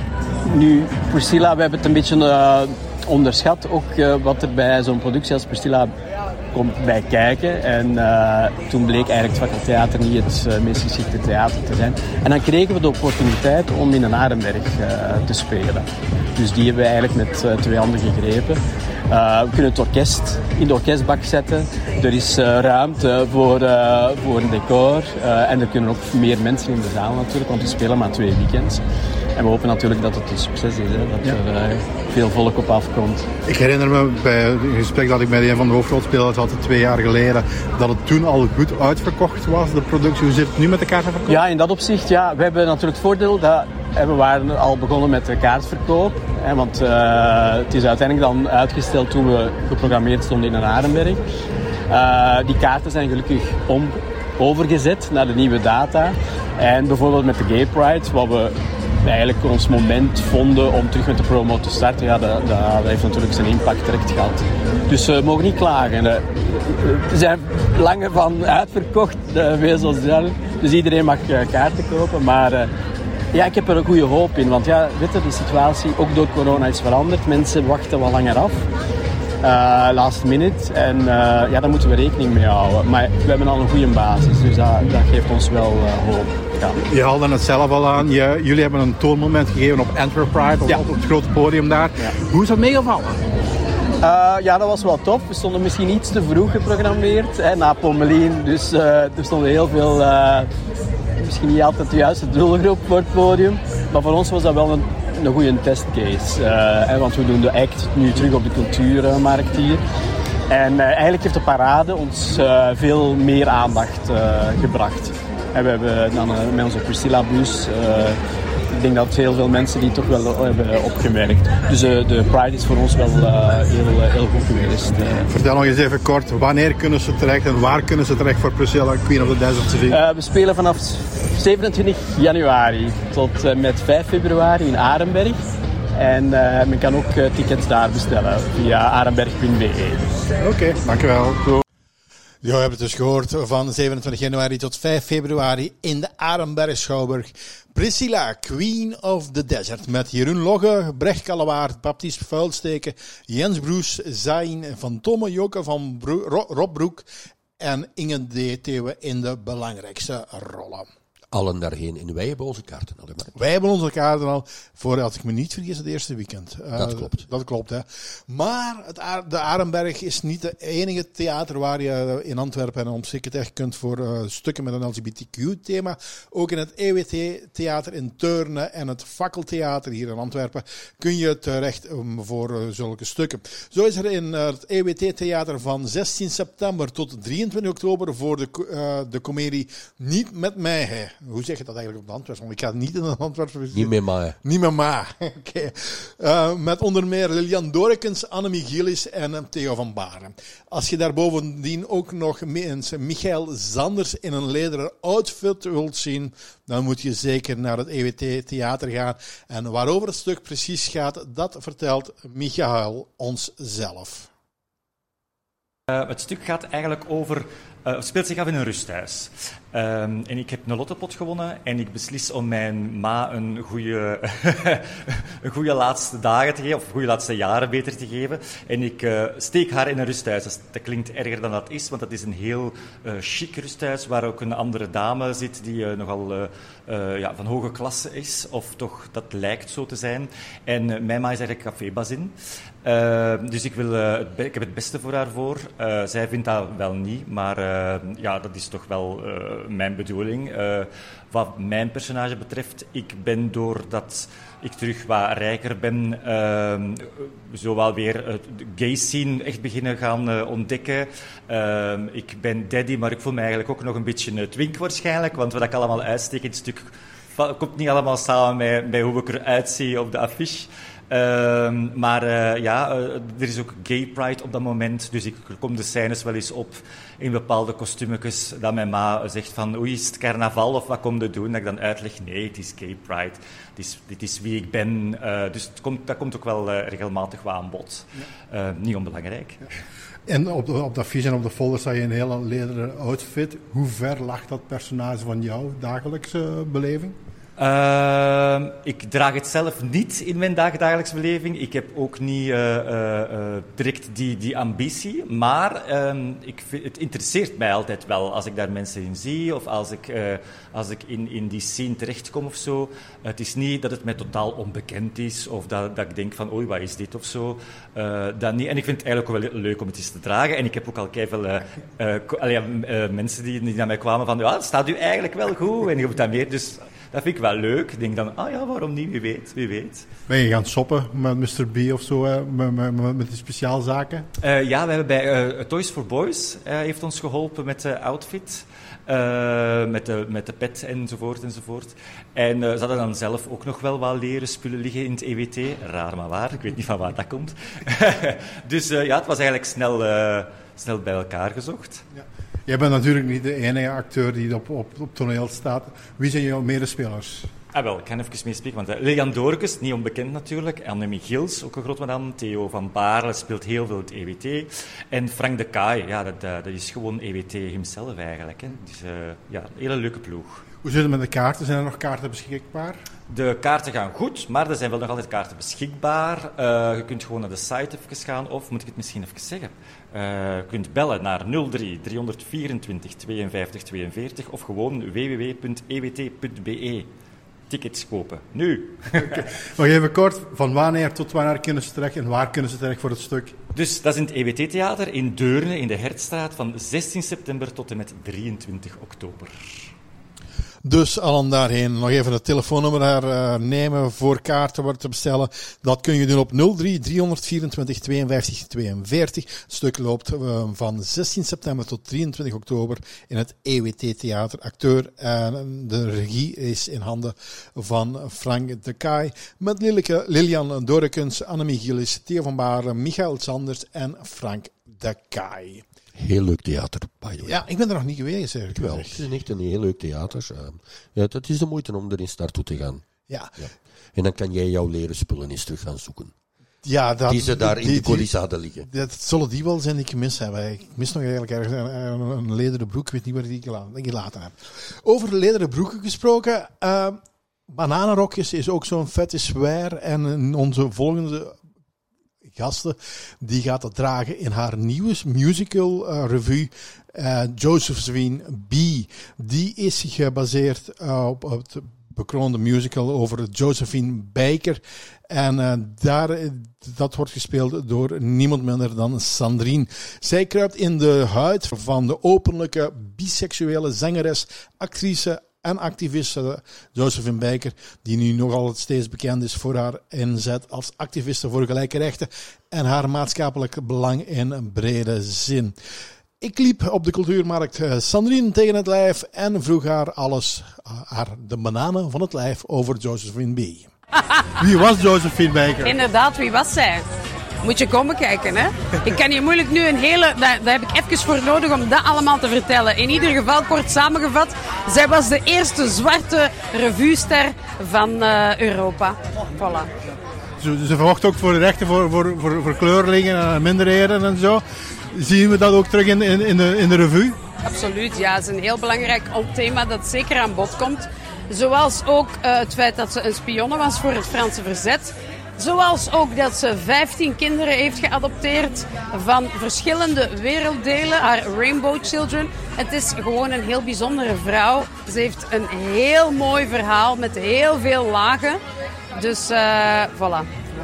S4: nu, Priscilla, we hebben het een beetje uh, onderschat. Ook uh, wat er bij zo'n productie als Priscilla komt bij kijken. En uh, toen bleek eigenlijk het Fakkeltheater niet het uh, meest geschikte theater te zijn. En dan kregen we de opportuniteit om in een Arenberg uh, te spelen. Dus die hebben we eigenlijk met uh, twee handen gegrepen. Uh, we kunnen het orkest in de orkestbak zetten. Er is uh, ruimte voor, uh, voor een decor. Uh, en er kunnen ook meer mensen in de zaal natuurlijk, want we spelen maar twee weekends. En we hopen natuurlijk dat het een succes is, hè? Dat ja. er uh, veel volk op afkomt.
S2: Ik herinner me bij een gesprek dat ik met een van de hoofdrolspelers had twee jaar geleden, dat het toen al goed uitverkocht was, de productie. Hoe zit het nu met de kaartverkoop?
S4: Ja, in dat opzicht, ja. We hebben natuurlijk het voordeel dat we waren al begonnen met de kaartverkoop. Hè, want uh, het is uiteindelijk dan uitgesteld toen we geprogrammeerd stonden in een Arenberg. Uh, die kaarten zijn gelukkig om, overgezet naar de nieuwe data. En bijvoorbeeld met de Gay Pride, wat we eigenlijk ons moment vonden om terug met de promo te starten, ja, dat, dat heeft natuurlijk zijn impact direct gehad. Dus we mogen niet klagen. Er zijn lange van uitverkocht, de W S O C, dus iedereen mag kaarten kopen, maar Ja, ik heb er een goede hoop in, want ja, weet je, de situatie ook door corona is veranderd. Mensen wachten wat langer af, uh, last minute, en uh, ja, daar moeten we rekening mee houden. Maar we hebben al een goede basis, dus dat, dat geeft ons wel uh, hoop. Ja.
S2: Je haalde het zelf al aan, je, jullie hebben een toonmoment gegeven op Antwerp Pride,
S4: ja.
S2: op het grote podium daar. Ja. Hoe is dat meegevallen?
S4: Uh, ja, dat was wel tof. We stonden misschien iets te vroeg geprogrammeerd, hè, na Pommelien, dus uh, er stonden heel veel... Uh, misschien niet altijd de juiste doelgroep voor het podium. Maar voor ons was dat wel een, een goede testcase. Uh, want we doen de act nu terug op de cultuurmarkt hier. En uh, eigenlijk heeft de parade ons uh, veel meer aandacht uh, gebracht. En we hebben dan uh, met onze Priscilla-bus... Uh, ik denk dat heel veel mensen die toch wel hebben opgemerkt. Dus uh, de Pride is voor ons wel uh, heel, uh, heel goed geweest. Uh.
S2: Vertel nog eens even kort, wanneer kunnen ze terecht en waar kunnen ze terecht voor Priscilla Queen of the Desert te zien?
S4: Uh, we spelen vanaf zevenentwintig januari tot uh, met vijf februari in Arenberg. En uh, men kan ook uh, tickets daar bestellen via arenberg punt b e.
S2: Oké, okay, dankjewel. Cool. Ja, we hebben het dus gehoord van zevenentwintig januari tot vijf februari in de Arenberg Schouwburg. Priscilla, Queen of the Desert, met Jeroen Logge, Brecht Kalewaard, Baptiste Vuilsteken, Jens Broes, Zain van Tomme, Joke van Bro- Ro- Rob Broek en Inge D. Theeuwen in de belangrijkste rollen.
S1: Allen daarheen. En wij hebben onze kaarten al.
S2: Wij hebben onze kaarten al voor, als ik me niet vergis, het eerste weekend. Uh,
S1: dat klopt.
S2: Dat klopt, hè. Maar het A- de Arenberg is niet de enige theater waar je in Antwerpen en omstreken terecht kunt voor uh, stukken met een L G B T Q-thema. Ook in het E W T-theater in Teurne en het Fakkeltheater hier in Antwerpen kun je terecht um, voor uh, zulke stukken. Zo is er in uh, het E W T-theater van zestien september tot drieëntwintig oktober voor de, uh, de comedie Niet met mij, hè. Hoe zeg je dat eigenlijk op het Antwerps? Want ik ga niet in het Antwerps.
S1: Niet meer maar.
S2: Niet meer maar. Oké. Okay. Uh, met onder meer Lilian Dorekens, Annemie Gillis en Theo van Baren. Als je daar bovendien ook nog mensen Michael Zanders in een lederen outfit wilt zien, dan moet je zeker naar het E W T Theater gaan. En waarover het stuk precies gaat, dat vertelt Michael ons zelf.
S5: Uh, het stuk gaat eigenlijk over... Uh, het speelt zich af in een rusthuis. Um, en ik heb een lottepot gewonnen en ik beslis om mijn ma een goede, een goede laatste dagen te geven, of goede laatste jaren beter te geven. En ik uh, steek haar in een rusthuis. Dat, dat klinkt erger dan dat is, want dat is een heel uh, chic rusthuis waar ook een andere dame zit die uh, nogal uh, uh, ja, van hoge klasse is, of toch dat lijkt zo te zijn. En uh, mijn ma is eigenlijk cafébazin. Uh, dus ik, wil, uh, het be- ik heb het beste voor haar voor. Uh, zij vindt dat wel niet, maar uh, ja, dat is toch wel uh, mijn bedoeling. Uh, wat mijn personage betreft, ik ben doordat ik terug wat rijker ben, uh, zowel weer uh, de gay scene echt beginnen gaan uh, ontdekken. Uh, ik ben daddy, maar ik voel me eigenlijk ook nog een beetje een twink waarschijnlijk, want wat ik allemaal uitsteek in het stuk komt niet allemaal samen met, met hoe ik eruit zie op de affiche. Uh, maar uh, ja, uh, er is ook gay pride op dat moment, dus ik kom de scènes wel eens op in bepaalde kostuumekes dat mijn ma zegt van oei, is het carnaval of wat kom je doen? Dat ik dan uitleg, nee, het is gay pride, dit is, dit is wie ik ben, uh, dus het komt, dat komt ook wel uh, regelmatig wat aan bod. Uh, niet onbelangrijk.
S2: Ja. En op de, op de affiche en op de folder sta je een hele lederen outfit. Hoe ver lag dat personage van jouw dagelijkse beleving?
S5: Uh, ik draag het zelf niet in mijn dagdagelijkse beleving. Ik heb ook niet uh, uh, uh, direct die, die ambitie. Maar uh, ik vind, het interesseert mij altijd wel als ik daar mensen in zie of als ik, uh, als ik in, in die scene terechtkom of zo. Het is niet dat het mij totaal onbekend is of dat, dat ik denk van oei, wat is dit of zo. Uh, dat niet. En ik vind het eigenlijk ook wel leuk om het eens te dragen. En ik heb ook al keiveel uh, uh, uh, uh, mensen die, die naar mij kwamen van ja, het staat u eigenlijk wel goed en je moet dat meer. Dus dat vind ik wel leuk. Ik denk dan, ah ja, waarom niet? Wie weet, wie weet.
S2: Ben je gaan shoppen met mister B of zo, hè? met, met, met die speciaalzaken?
S5: Uh, ja, we hebben bij uh, Toys for Boys uh, heeft ons geholpen met de outfit. Uh, met, de, met de pet enzovoort enzovoort. En uh, ze hadden dan zelf ook nog wel wat leren spullen liggen in het E W T. Raar maar waar, ik weet niet van waar dat komt. Dus uh, ja, het was eigenlijk snel, uh, snel bij elkaar gezocht. Ja.
S2: Jij bent natuurlijk niet de enige acteur die op, op, op toneel staat. Wie zijn jouw medespelers?
S5: Ah, wel, ik ga even meespreken. Want uh, Lilian Doorkes, niet onbekend natuurlijk. Annemie Gils, ook een groot madame. Theo van Baarle speelt heel veel het E W T. En Frank de Kaai, ja, dat, uh, dat is gewoon E W T himself eigenlijk. Hè. Dus uh, ja, een hele leuke ploeg.
S2: Hoe zit het met de kaarten? Zijn er nog kaarten beschikbaar?
S5: De kaarten gaan goed, maar er zijn wel nog altijd kaarten beschikbaar. Uh, je kunt gewoon naar de site even gaan, of moet ik het misschien even zeggen? Uh, je kunt bellen naar nul drie driehonderdvierentwintig tweeënvijftig tweeënveertig of gewoon w w w punt e w t punt b e. Tickets kopen. Nu.
S2: Okay. Nog even kort, van wanneer tot wanneer kunnen ze terecht en waar kunnen ze terecht voor het stuk?
S5: Dus dat is in het E W T-theater in Deurne in de Hertstraat van zestien september tot en met drieëntwintig oktober.
S2: Dus allen daarheen. Nog even het telefoonnummer daar uh, nemen voor kaarten worden te bestellen. Dat kun je doen op nul drie driehonderdvierentwintig tweeënvijftig tweeënveertig. Het stuk loopt uh, van zestien september tot drieëntwintig oktober in het E W T-theater. Acteur en de regie is in handen van Frank de Kaai. Met Lilleke, Lilian Doorkens, Annemie Gillis, Theo van Baarle, Michael Sanders en Frank de Kaai.
S1: Heel leuk theater, by the way.
S2: Ja, ik ben er nog niet geweest.
S1: Wel, het is echt een heel leuk theater. Uh, ja, het is de moeite om er eens naartoe te gaan.
S2: Ja.
S1: Ja. En dan kan jij jouw leren spullen eens terug gaan zoeken.
S2: Ja, dat,
S1: die ze daar
S2: die,
S1: in de
S2: die,
S1: coulissade liggen.
S2: Dat zullen die wel zijn die ik mis heb. Ik mis nog eigenlijk ergens een, een lederen broek. Ik weet niet waar die ik gelaten heb. Over lederen broeken gesproken. Uh, bananenrokjes is ook zo'n fetish-wear. En onze volgende gasten, die gaat dat dragen in haar nieuwe musical uh, revue, uh, Josephine B. Die is gebaseerd uh, op, op het bekroonde musical over Josephine Baker. En uh, daar, dat wordt gespeeld door niemand minder dan Sandrine. Zij kruipt in de huid van de openlijke biseksuele zangeres, actrice en activiste Josephine Baker, die nu nog altijd steeds bekend is voor haar inzet als activiste voor gelijke rechten en haar maatschappelijk belang in brede zin. Ik liep op de cultuurmarkt Sandrine tegen het lijf en vroeg haar alles, haar de bananen van het lijf over Josephine B. Wie was Josephine Baker?
S6: Inderdaad, wie was zij? Moet je komen kijken, hè? Ik kan hier moeilijk nu een hele... Daar, daar heb ik even voor nodig om dat allemaal te vertellen. In ieder geval, kort samengevat, zij was de eerste zwarte revuester van uh, Europa. Voilà.
S2: Ze, ze verwacht ook voor de rechten voor, voor, voor, voor kleurlingen en minderheden en zo. Zien we dat ook terug in, in, in, de, in de revue?
S6: Absoluut, ja. Het is een heel belangrijk thema dat zeker aan bod komt. Zoals ook uh, het feit dat ze een spionne was voor het Franse verzet. Zoals ook dat ze vijftien kinderen heeft geadopteerd van verschillende werelddelen, haar Rainbow Children. Het is gewoon een heel bijzondere vrouw. Ze heeft een heel mooi verhaal met heel veel lagen. Dus uh, voilà.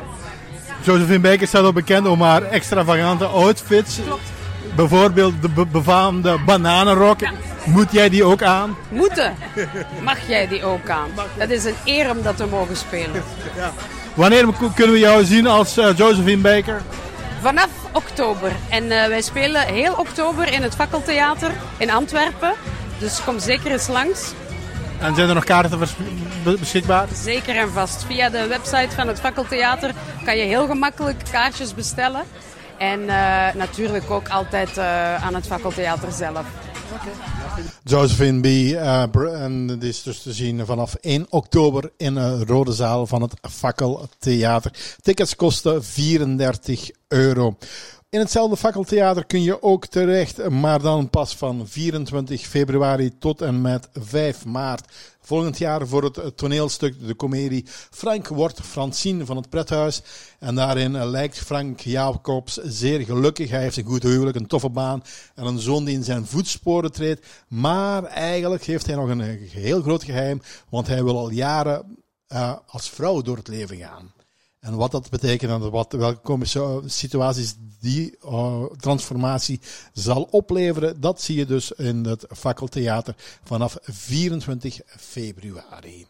S2: Josephine Baker staat ook bekend om haar extravagante outfits.
S6: Klopt.
S2: Bijvoorbeeld de be- befaamde bananenrok. Ja. Moet jij die ook aan?
S6: Moeten. Mag jij die ook aan? Dat is een eer om dat te mogen spelen.
S2: Ja. Wanneer kunnen we jou zien als uh, Josephine Baker?
S6: Vanaf oktober. En uh, wij spelen heel oktober in het Fakkeltheater in Antwerpen. Dus kom zeker eens langs.
S2: En zijn er nog kaarten vers- beschikbaar?
S6: Zeker en vast. Via de website van het Fakkeltheater kan je heel gemakkelijk kaartjes bestellen. En uh, natuurlijk ook altijd uh, aan het Fakkeltheater zelf.
S2: Okay. Josephine B. Uh, en dit is dus te zien vanaf één oktober in de Rode Zaal van het Fakkeltheater. Tickets kosten vierendertig euro. In hetzelfde Fakkeltheater kun je ook terecht, maar dan pas van vierentwintig februari tot en met vijf maart. Volgend jaar voor het toneelstuk, de komedie Frank wordt Francine van het Prethuis. En daarin lijkt Frank Jacobs zeer gelukkig. Hij heeft een goed huwelijk, een toffe baan en een zoon die in zijn voetsporen treedt. Maar eigenlijk heeft hij nog een heel groot geheim, want hij wil al jaren uh, als vrouw door het leven gaan. En wat dat betekent en wat, welke komische situaties die uh, transformatie zal opleveren, dat zie je dus in het Fakkeltheater vanaf vierentwintig februari.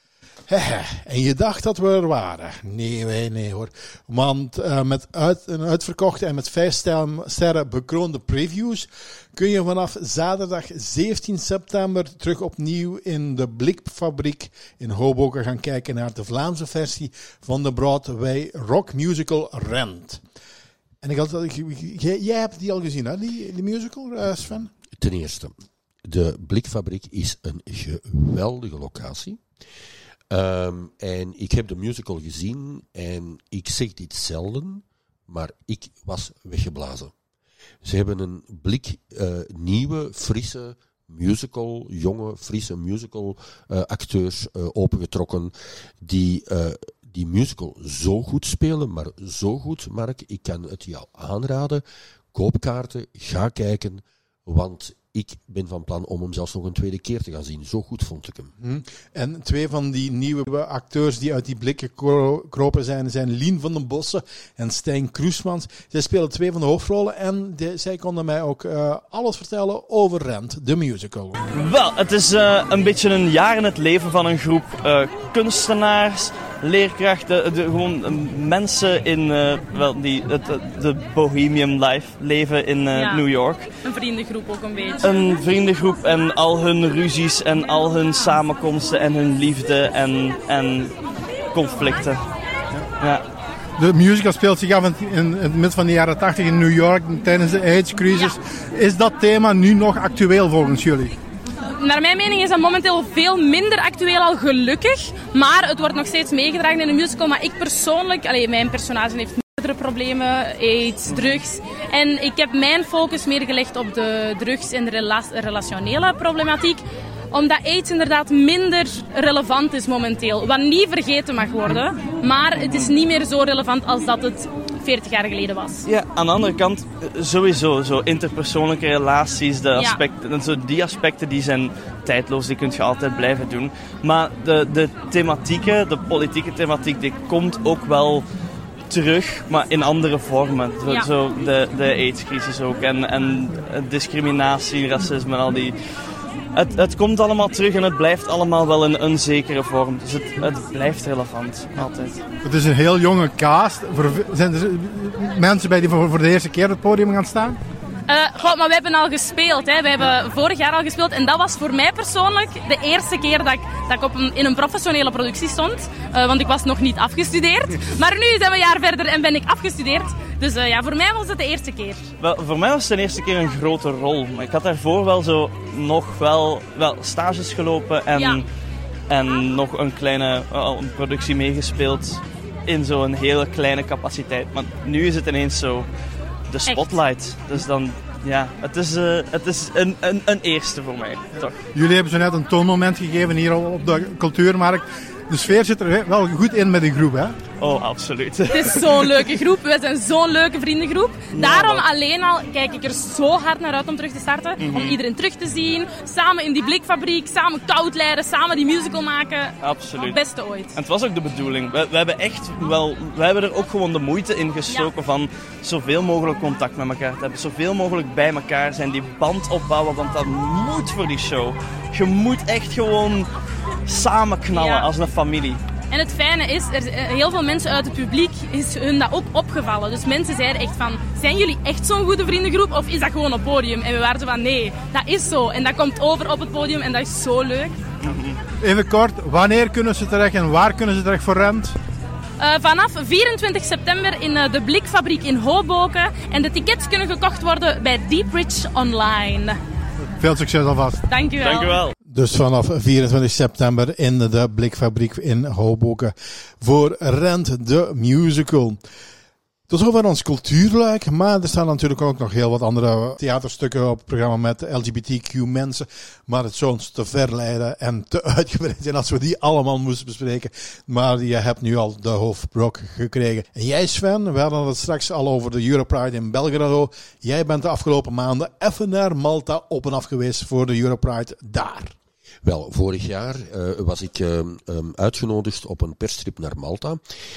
S2: En je dacht dat we er waren. Nee, nee, nee hoor. Want uh, met uit, een uitverkochte en met vijf sterren bekroonde previews kun je vanaf zaterdag zeventien september terug opnieuw in de Blikfabriek in Hoboken gaan kijken naar de Vlaamse versie van de Broadway rock musical Rent. En ik had, jij, jij hebt die al gezien, hè, die, die musical, uh, Sven?
S1: Ten eerste, de Blikfabriek is een geweldige locatie. Um, en ik heb de musical gezien en ik zeg dit zelden, maar ik was weggeblazen. Ze hebben een blik uh, nieuwe, frisse musical, jonge, frisse musical uh, acteurs uh, opengetrokken die uh, die musical zo goed spelen, maar zo goed, Mark, ik kan het jou aanraden. Koop kaarten, ga kijken, want ik ben van plan om hem zelfs nog een tweede keer te gaan zien. Zo goed vond ik hem.
S2: Hmm. En twee van die nieuwe acteurs die uit die blikken kropen zijn, zijn Lien van den Bossen en Stijn Kroesmans. Zij spelen twee van de hoofdrollen en de, zij konden mij ook uh, alles vertellen over Rent, de musical.
S7: Wel, het is uh, een beetje een jaar in het leven van een groep uh, kunstenaars, leerkrachten, de, gewoon uh, mensen in uh, wel, die, het, de bohemian life leven in uh, ja, New York.
S8: Een vriendengroep ook een beetje.
S7: Een vriendengroep en al hun ruzies en al hun samenkomsten en hun liefde en, en conflicten. Ja.
S2: De musical speelt zich af in, in het midden van de jaren tachtig in New York tijdens de AIDS-crisis. Ja. Is dat thema nu nog actueel volgens jullie?
S8: Naar mijn mening is dat momenteel veel minder actueel al, gelukkig. Maar het wordt nog steeds meegedragen in de musical. Maar ik persoonlijk, allee, mijn personage heeft meerdere problemen, aids, drugs. En ik heb mijn focus meer gelegd op de drugs en de rela- relationele problematiek. Omdat aids inderdaad minder relevant is momenteel. Wat niet vergeten mag worden. Maar het is niet meer zo relevant als dat het veertig jaar geleden was.
S7: Ja, aan de andere kant sowieso. Zo interpersoonlijke relaties, de aspecten, ja. zo die aspecten die zijn tijdloos. Die kun je altijd blijven doen. Maar de, de thematieken, de politieke thematiek, die komt ook wel terug, maar in andere vormen. Zo, ja. zo de, de AIDS-crisis ook. En, en discriminatie, racisme en al die... Het, het komt allemaal terug en het blijft allemaal wel in een zekere vorm. Dus het, het blijft relevant, altijd.
S2: Het is een heel jonge cast. Zijn er mensen bij die voor, voor de eerste keer op het podium gaan staan?
S8: Uh, goh, maar we hebben al gespeeld. Hè. We hebben vorig jaar al gespeeld. En dat was voor mij persoonlijk de eerste keer dat ik, dat ik op een, in een professionele productie stond. Uh, want ik was nog niet afgestudeerd. Maar nu zijn we een jaar verder en ben ik afgestudeerd. Dus uh, ja, voor mij was het de eerste keer.
S7: Wel, voor mij was het de eerste keer een grote rol. Maar ik had daarvoor wel zo nog wel, wel stages gelopen. En, ja. en nog een kleine uh, een productie meegespeeld. In zo'n hele kleine capaciteit. Maar nu is het ineens zo... De spotlight. Echt? Dus dan, ja, het is, uh, het is een, een, een eerste voor mij, toch?
S2: Jullie hebben zo net een toonmoment gegeven hier op de cultuurmarkt. De sfeer zit er wel goed in met de groep, hè?
S7: Oh, absoluut.
S8: Het is zo'n leuke groep. We zijn zo'n leuke vriendengroep. Daarom ja, alleen al kijk ik er zo hard naar uit om terug te starten. Mm-hmm. Om iedereen terug te zien. Samen in die blikfabriek. Samen koud leiden. Samen die musical maken.
S7: Absoluut.
S8: Het beste ooit.
S7: En het was ook de bedoeling. We, we hebben echt wel... We hebben er ook gewoon de moeite in gestoken ja. van zoveel mogelijk contact met elkaar te hebben. Zoveel mogelijk bij elkaar zijn. Die band opbouwen. Want dat moet voor die show. Je moet echt gewoon samen knallen ja. als een familie.
S8: En het fijne is, er heel veel mensen uit het publiek is hun dat ook opgevallen. Dus mensen zeiden echt van, zijn jullie echt zo'n goede vriendengroep of is dat gewoon een podium? En we waren zo van, nee, dat is zo. En dat komt over op het podium en dat is zo leuk.
S2: Even kort, wanneer kunnen ze terecht en waar kunnen ze terecht voor Rent?
S8: Uh, vanaf vierentwintig september in uh, de Blikfabriek in Hoboken. En de tickets kunnen gekocht worden bij Deepridge Online.
S2: Veel succes alvast.
S8: Dank u wel.
S7: Dank u wel.
S2: Dus vanaf vierentwintig september in de Blikfabriek in Hoboken voor Rent de Musical. Tot zover ons cultuurluik, maar er staan natuurlijk ook nog heel wat andere theaterstukken op het programma met L G B T Q mensen. Maar het zou ons te ver leiden en te uitgebreid zijn als we die allemaal moesten bespreken. Maar je hebt nu al de hoofdbrok gekregen. En jij Sven, we hadden het straks al over de Europride in Belgrado. Jij bent de afgelopen maanden even naar Malta op en af geweest voor de Europride daar.
S1: Wel, vorig jaar uh, was ik uh, um, uitgenodigd op een perstrip naar Malta.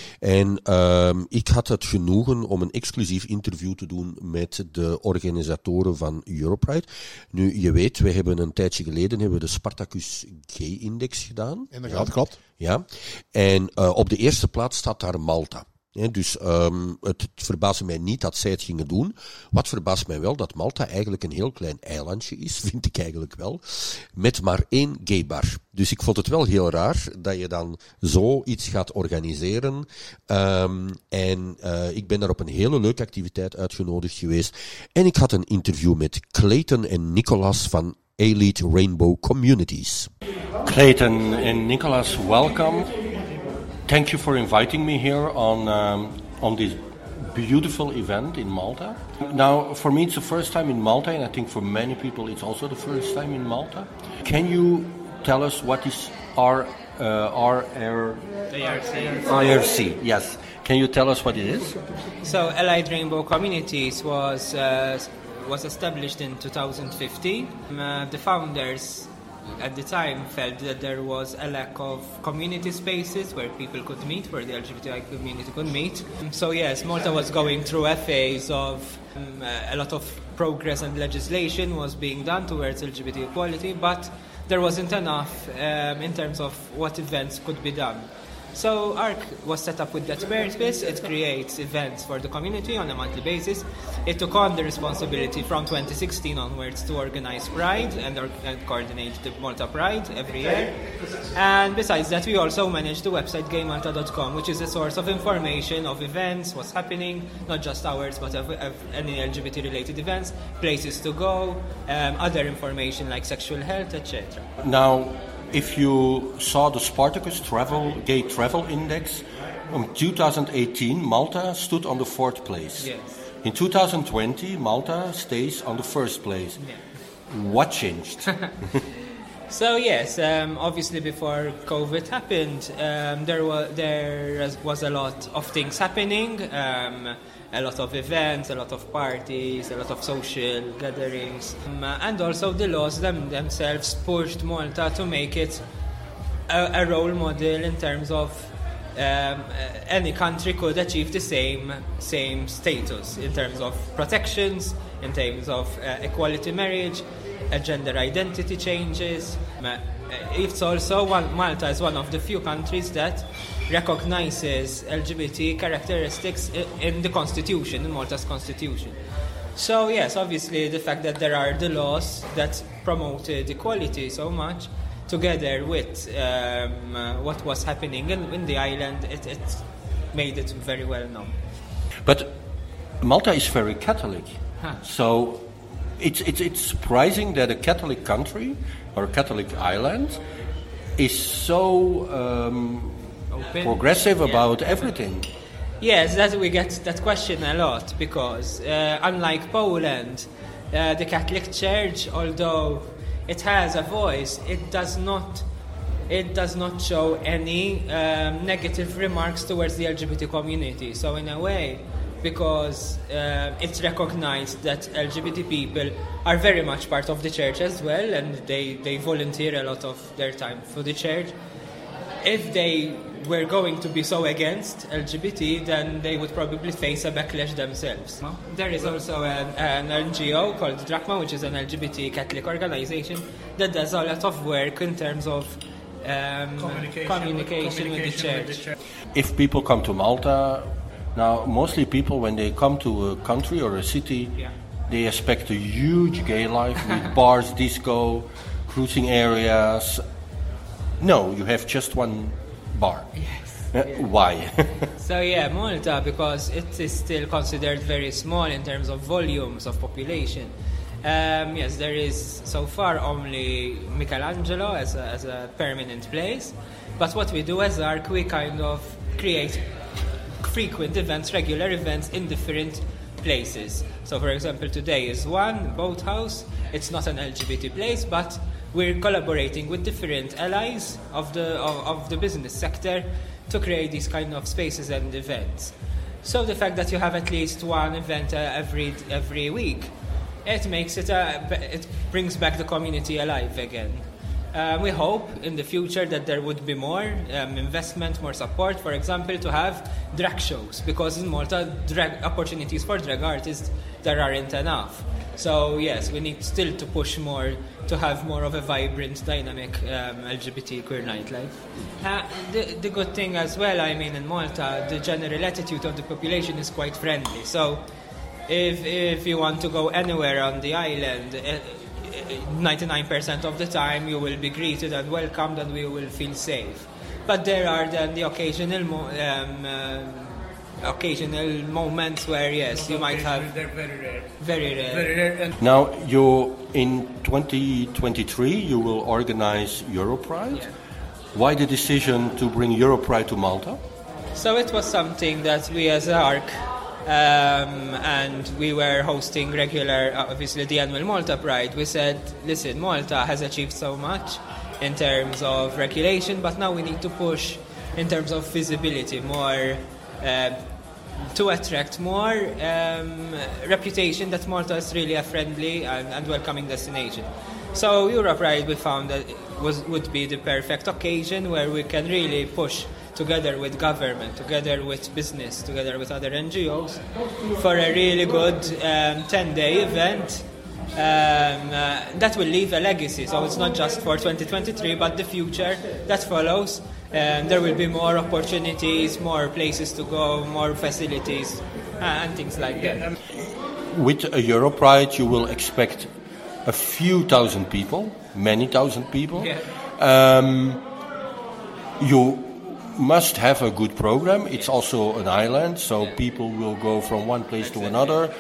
S1: En uh, ik had het genoegen om een exclusief interview te doen met de organisatoren van Europride. Nu, je weet, we hebben een tijdje geleden hebben we de Spartacus Gay Index gedaan.
S2: Inderdaad, ja. Klopt.
S1: Ja. En uh, op de eerste plaats staat daar Malta. Ja, dus um, het, het verbaasde mij niet dat zij het gingen doen. Wat verbaast mij wel, dat Malta eigenlijk een heel klein eilandje is, vind ik eigenlijk wel, met maar één gaybar. Dus ik vond het wel heel raar dat je dan zoiets gaat organiseren. Um, en uh, ik ben daar op een hele leuke activiteit uitgenodigd geweest. En ik had een interview met Clayton en Nicolas van Elite Rainbow Communities. Clayton and Nicholas, welcome. Thank you for inviting me here on um, on this beautiful event in Malta. Now, for me, it's the first time in Malta, and I think for many people, it's also the first time in Malta. Can you tell us what is R uh, R R R C? Yes. Can you tell us what it is?
S9: So, Allied Rainbow Communities was uh, was established in two thousand fifteen. Uh, the founders at the time felt that there was a lack of community spaces where people could meet, where the L G B T I community could meet. So yes, Malta was going through a phase of um, a lot of progress and legislation was being done towards L G B T equality, but there wasn't enough um, in terms of what events could be done. So ARC was set up with that purpose. It creates events for the community on a monthly basis. It took on the responsibility from twenty sixteen onwards to organize Pride and, or, and coordinate the Malta Pride every year. And besides that, we also manage the website gay malta dot com, which is a source of information of events, what's happening, not just ours, but of, of any L G B T-related events, places to go, um, other information like sexual health, et cetera.
S1: Now, if you saw the Spartacus Travel Gay Travel Index, in two thousand eighteen, Malta stood on the fourth place.
S9: Yes.
S1: In two thousand twenty, Malta stays on the first place.
S9: Yeah.
S1: What changed?
S9: So yes, um, obviously before COVID happened, um, there was there was a lot of things happening, um, a lot of events, a lot of parties, a lot of social gatherings, um, and also the laws them, themselves pushed Malta to make it a, a role model in terms of um, any country could achieve the same same status in terms of protections, in terms of uh, equality marriage, uh, gender identity changes. Uh, it's also one, Malta is one of the few countries that recognizes L G B T characteristics in the constitution, in Malta's constitution. So yes, obviously the fact that there are the laws that promoted equality so much, together with um, uh, what was happening in, in the island, it, it made it very well known.
S1: But Malta is very Catholic,
S9: huh.
S1: so it's, it's it's surprising that a Catholic country or a Catholic island is so um,
S9: Open.
S1: progressive
S9: yeah.
S1: about everything.
S9: Yes, that we get that question a lot because uh, unlike Poland, uh, the Catholic Church, although it has a voice, it does not it does not show any um, negative remarks towards the L G B T community. So in a way, because uh, it's recognized that L G B T people are very much part of the church as well, and they, they volunteer a lot of their time for the church. If they were going to be so against L G B T, then they would probably face a backlash themselves. There is also an, an N G O called Drachma, which is an L G B T Catholic organization that does a lot of work in terms of um, communication, communication with, with the church. With the church.
S1: If people come to Malta, now mostly people when they come to a country or a city,
S9: yeah.
S1: they expect a huge gay life with bars, disco, cruising areas. No, you have just one bar.
S9: Yes.
S1: Uh,
S9: yeah.
S1: Why?
S9: So yeah, Malta, because it is still considered very small in terms of volumes of population. Um, yes, there is so far only Michelangelo as a, as a permanent place. But what we do as ARC, we kind of create frequent events, regular events in different places. So for example, today is one, Boathouse. It's not an L G B T place, but we're collaborating with different allies of the of, of the business sector to create these kind of spaces and events. So the fact that you have at least one event uh, every every week, it makes it uh, it brings back the community alive again. Um, we hope in the future that there would be more um, investment, more support, for example, to have drag shows, because in Malta, drag opportunities for drag artists, there aren't enough. So yes, we need still to push more to have more of a vibrant, dynamic um, L G B T queer nightlife. Uh, the, the good thing as well, I mean, in Malta, the general attitude of the population is quite friendly. So if if you want to go anywhere on the island, uh, ninety-nine percent of the time you will be greeted and welcomed and we will feel safe. But there are then the occasional mo- um, uh, occasional moments where, yes, you might have...
S10: They're very rare.
S9: Very rare.
S10: Very rare. And
S1: Now, you in twenty twenty-three you will organize Europride.
S9: Yeah.
S1: Why the decision to bring Europride to Malta?
S9: So it was something that we as A R C, um, and we were hosting regular, obviously the annual Malta Pride, we said, listen, Malta has achieved so much in terms of regulation, but now we need to push in terms of visibility more, uh, to attract more um, reputation that Malta is really a friendly and, and welcoming destination. So Europride, we found that it was would be the perfect occasion where we can really push together with government, together with business, together with other N G Os for a really good um, ten-day event um, uh, that will leave a legacy. So it's not just for twenty twenty-three, but the future that follows. Um, there will be more opportunities, more places to go, more facilities, uh, and things like that.
S1: With a Europride, you will expect a few thousand people, many thousand people.
S9: Yeah.
S1: Um, you must have a good program. It's also an island, so people will go from one place to another.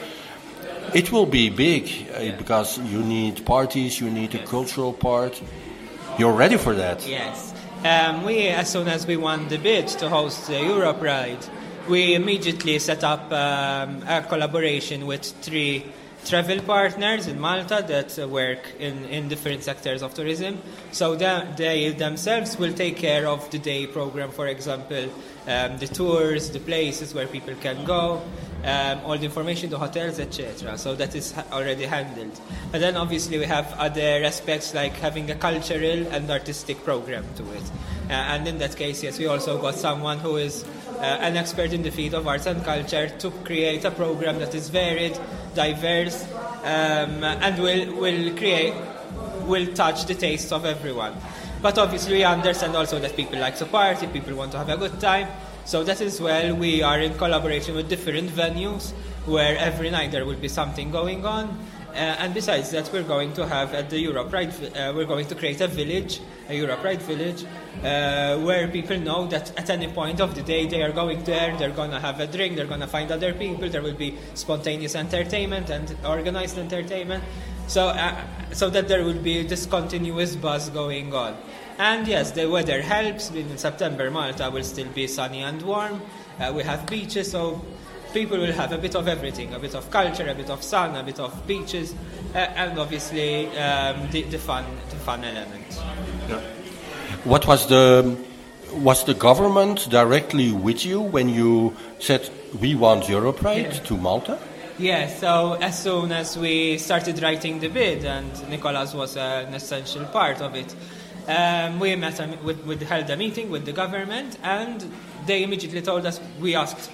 S1: It will be big uh, because you need parties, you need a cultural part. You're ready for that?
S9: Yes. Um, we, as soon as we won the bid to host the Europride, we immediately set up um, a collaboration with three travel partners in Malta that uh, work in, in different sectors of tourism. So the, they themselves will take care of the day program, for example, um, the tours, the places where people can go, um, all the information, the hotels, et cetera. So that is ha- already handled. And then obviously we have other aspects like having a cultural and artistic program to it. Uh, and in that case, yes, we also got someone who is uh, an expert in the field of arts and culture to create a program that is varied, diverse, um, and will will create will touch the tastes of everyone. But obviously we understand also that people like to party, people want to have a good time. So that is why we are in collaboration with different venues where every night there will be something going on. Uh, and besides that, we're going to have at the Europride, uh, we're going to create a village, a Europride village, uh, where people know that at any point of the day they are going there, they're going to have a drink, they're going to find other people, there will be spontaneous entertainment and organized entertainment, so uh, so that there will be this continuous buzz going on. And yes, the weather helps. In September, Malta will still be sunny and warm. Uh, we have beaches, so people will have a bit of everything, a bit of culture, a bit of sun, a bit of beaches, uh, and obviously um, the, the fun, the fun element.
S1: Yeah. What was the was the government directly with you when you said we want Europride
S9: Yeah.
S1: to Malta?
S9: Yeah, so as soon as we started writing the bid, and Nicholas was uh, an essential part of it, um, we met a, we, we held a meeting with the government, and they immediately told us, we asked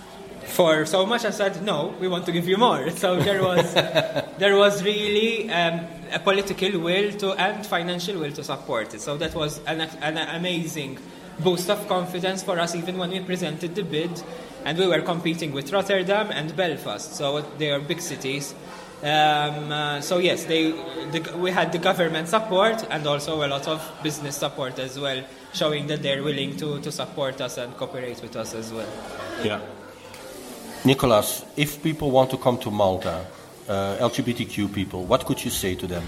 S9: for so much, I said, no, we want to give you more. So there was there was really um, a political will to and financial will to support it. So that was an, an amazing boost of confidence for us, even when we presented the bid, and we were competing with Rotterdam and Belfast. So they are big cities. Um, uh, so yes, they the, we had the government support and also a lot of business support as well, showing that they're willing to, to support us and cooperate with us as well.
S1: Yeah. Nicholas, if people want to come to Malta, uh, L G B T Q people, what could you say to them?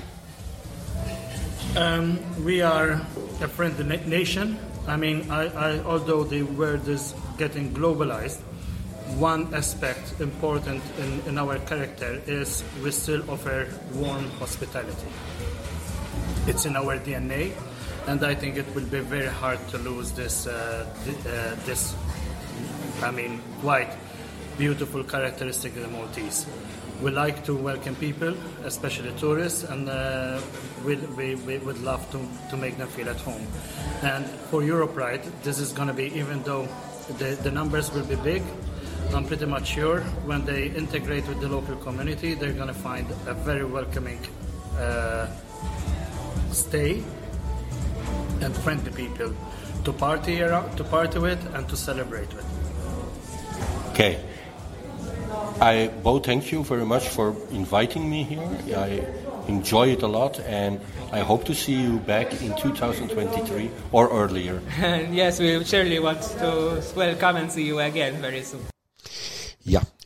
S10: Um, we are a friendly na- nation. I mean, I, I, although the world is getting globalized, one aspect important in, in our character is we still offer warm hospitality. It's in our D N A, and I think it will be very hard to lose this, uh, th- uh, this I mean, quite beautiful characteristic of the Maltese. We like to welcome people, especially tourists, and uh, we, we, we would love to, to make them feel at home. And for Europride, this is going to be, even though the, the numbers will be big, I'm pretty much sure when they integrate with the local community, they're going to find a very welcoming uh, stay and friendly people to party around, to party with and to celebrate with.
S1: Okay. I both thank you very much for inviting me here. I enjoy it a lot, and I hope to see you back in two thousand twenty-three or earlier.
S9: And yes, we surely want to welcome and see you again very soon.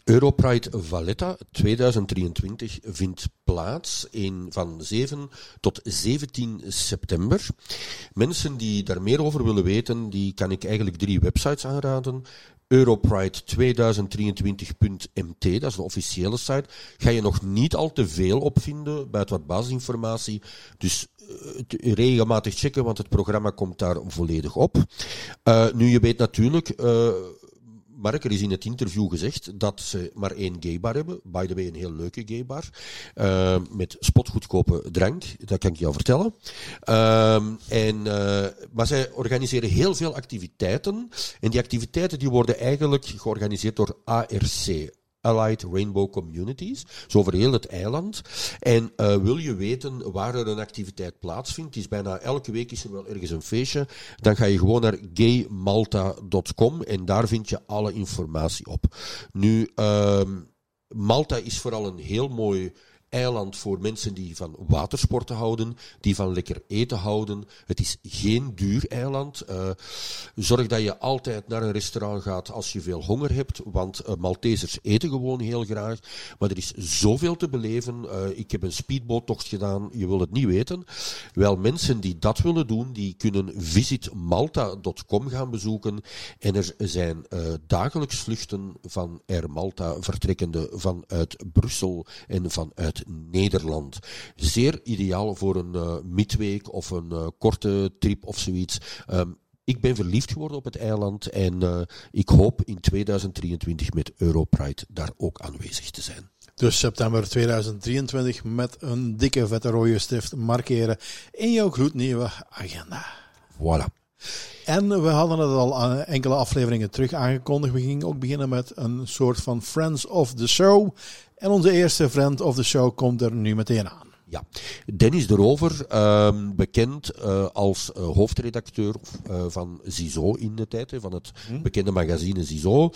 S1: Europride Valletta tweeduizend drieëntwintig vindt plaats in, van zeven tot zeventien september. Mensen die daar meer over willen weten, die kan ik eigenlijk drie websites aanraden. Europride tweeduizend drieëntwintig punt m t, dat is de officiële site. Ga je nog niet al te veel opvinden, buiten wat basisinformatie. Dus uh, regelmatig checken, want het programma komt daar volledig op. Uh, nu, je weet natuurlijk... Uh, Mark, er is in het interview gezegd dat ze maar één gaybar hebben. By the way, een heel leuke gaybar. Uh, met spotgoedkope drank. Dat kan ik jou vertellen. Uh, en, uh, maar zij organiseren heel veel activiteiten. En die activiteiten die worden eigenlijk georganiseerd door A R C. Allied Rainbow Communities, zo over heel het eiland. En uh, wil je weten waar er een activiteit plaatsvindt, is bijna elke week is er wel ergens een feestje, dan ga je gewoon naar gay malta dot com en daar vind je alle informatie op. Nu, uh, Malta is vooral een heel mooi eiland voor mensen die van watersporten houden, die van lekker eten houden. Het is geen duur eiland. Uh, zorg dat je altijd naar een restaurant gaat als je veel honger hebt, want uh, Maltesers eten gewoon heel graag. Maar er is zoveel te beleven. Uh, ik heb een speedboottocht gedaan, je wil het niet weten. Wel, mensen die dat willen doen, die kunnen visit malta dot com gaan bezoeken. En er zijn uh, dagelijks vluchten van Air Malta vertrekkende vanuit Brussel en vanuit Nederland. Zeer ideaal voor een uh, midweek of een uh, korte trip of zoiets. Um, ik ben verliefd geworden op het eiland en uh, ik hoop in tweeduizend drieëntwintig met Europride daar ook aanwezig te zijn.
S2: Dus september tweeduizend drieëntwintig met een dikke vette rode stift markeren in jouw gloednieuwe agenda.
S1: Voilà.
S2: En we hadden het al enkele afleveringen terug aangekondigd. We gingen ook beginnen met een soort van Friends of the Show. En onze eerste friend of the show komt er nu meteen aan.
S1: Ja, Dennis de Rover, uh, bekend uh, als uh, hoofdredacteur uh, van Ziezo in de tijd, hè, van het hm? bekende magazine Ziezo,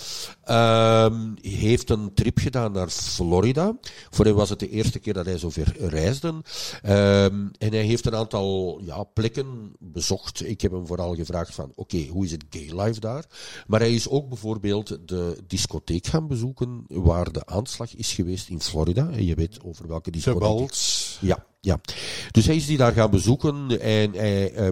S1: uh, heeft een trip gedaan naar Florida. Voor hem was het de eerste keer dat hij zo ver reisde. Uh, en hij heeft een aantal ja, plekken bezocht. Ik heb hem vooral gevraagd van, oké, okay, hoe is het gay life daar? Maar hij is ook bijvoorbeeld de discotheek gaan bezoeken, waar de aanslag is geweest in Florida. En je weet over welke discotheek. Ja, ja. Dus hij is die daar gaan bezoeken en hij, uh,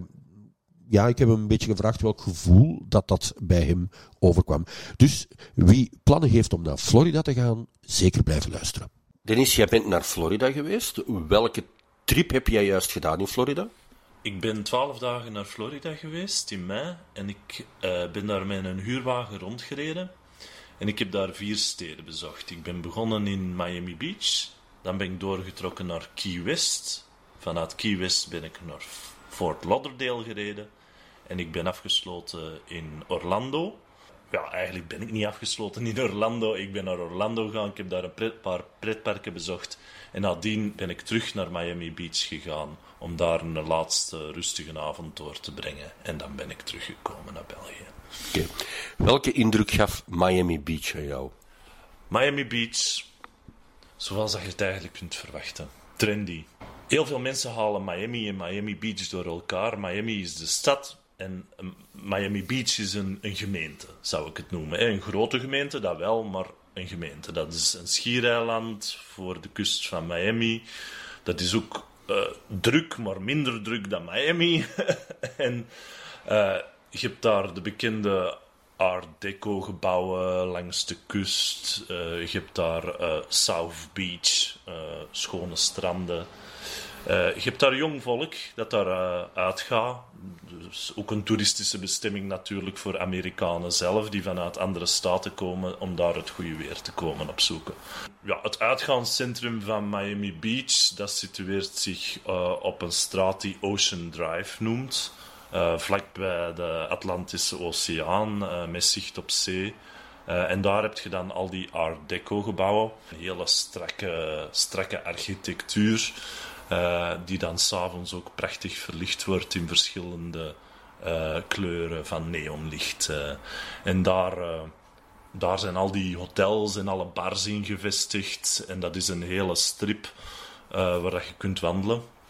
S1: ja, ik heb hem een beetje gevraagd welk gevoel dat dat bij hem overkwam. Dus wie plannen heeft om naar Florida te gaan, zeker blijven luisteren. Dennis, jij bent naar Florida geweest. Welke trip heb jij juist gedaan in Florida?
S11: Ik ben twaalf dagen naar Florida geweest in mei en ik uh, ben daar met een huurwagen rondgereden. En ik heb daar vier steden bezocht. Ik ben begonnen in Miami Beach. Dan ben ik doorgetrokken naar Key West. Vanuit Key West ben ik naar Fort Lauderdale gereden. En ik ben afgesloten in Orlando. Ja, eigenlijk ben ik niet afgesloten in Orlando. Ik ben naar Orlando gegaan. Ik heb daar een pret, paar pretparken bezocht. En nadien ben ik terug naar Miami Beach gegaan. Om daar een laatste rustige avond door te brengen. En dan ben ik teruggekomen naar België.
S1: Okay. Welke indruk gaf Miami Beach aan jou?
S11: Miami Beach... Zoals dat je het eigenlijk kunt verwachten. Trendy. Heel veel mensen halen Miami en Miami Beach door elkaar. Miami is de stad en Miami Beach is een, een gemeente, zou ik het noemen. Een grote gemeente, dat wel, maar een gemeente. Dat is een schiereiland voor de kust van Miami. Dat is ook uh, druk, maar minder druk dan Miami. en uh, je hebt daar de bekende Art Deco gebouwen langs de kust. Uh, je hebt daar uh, South Beach, uh, schone stranden. Uh, je hebt daar jong volk dat daar uh, uitgaat. Dus ook een toeristische bestemming natuurlijk voor Amerikanen zelf, die vanuit andere staten komen om daar het goede weer te komen opzoeken. Ja, het uitgaanscentrum van Miami Beach, dat situeert zich uh, op een straat die Ocean Drive noemt. Uh, vlakbij de Atlantische Oceaan, uh, met zicht op zee. Uh, en daar heb je dan al die Art Deco gebouwen. Een hele strakke, strakke architectuur, uh, die dan s'avonds ook prachtig verlicht wordt in verschillende uh, kleuren van neonlicht. Uh, en daar, uh, daar zijn al die hotels en alle bars in gevestigd. En dat is een hele strip uh, waar je kunt wandelen.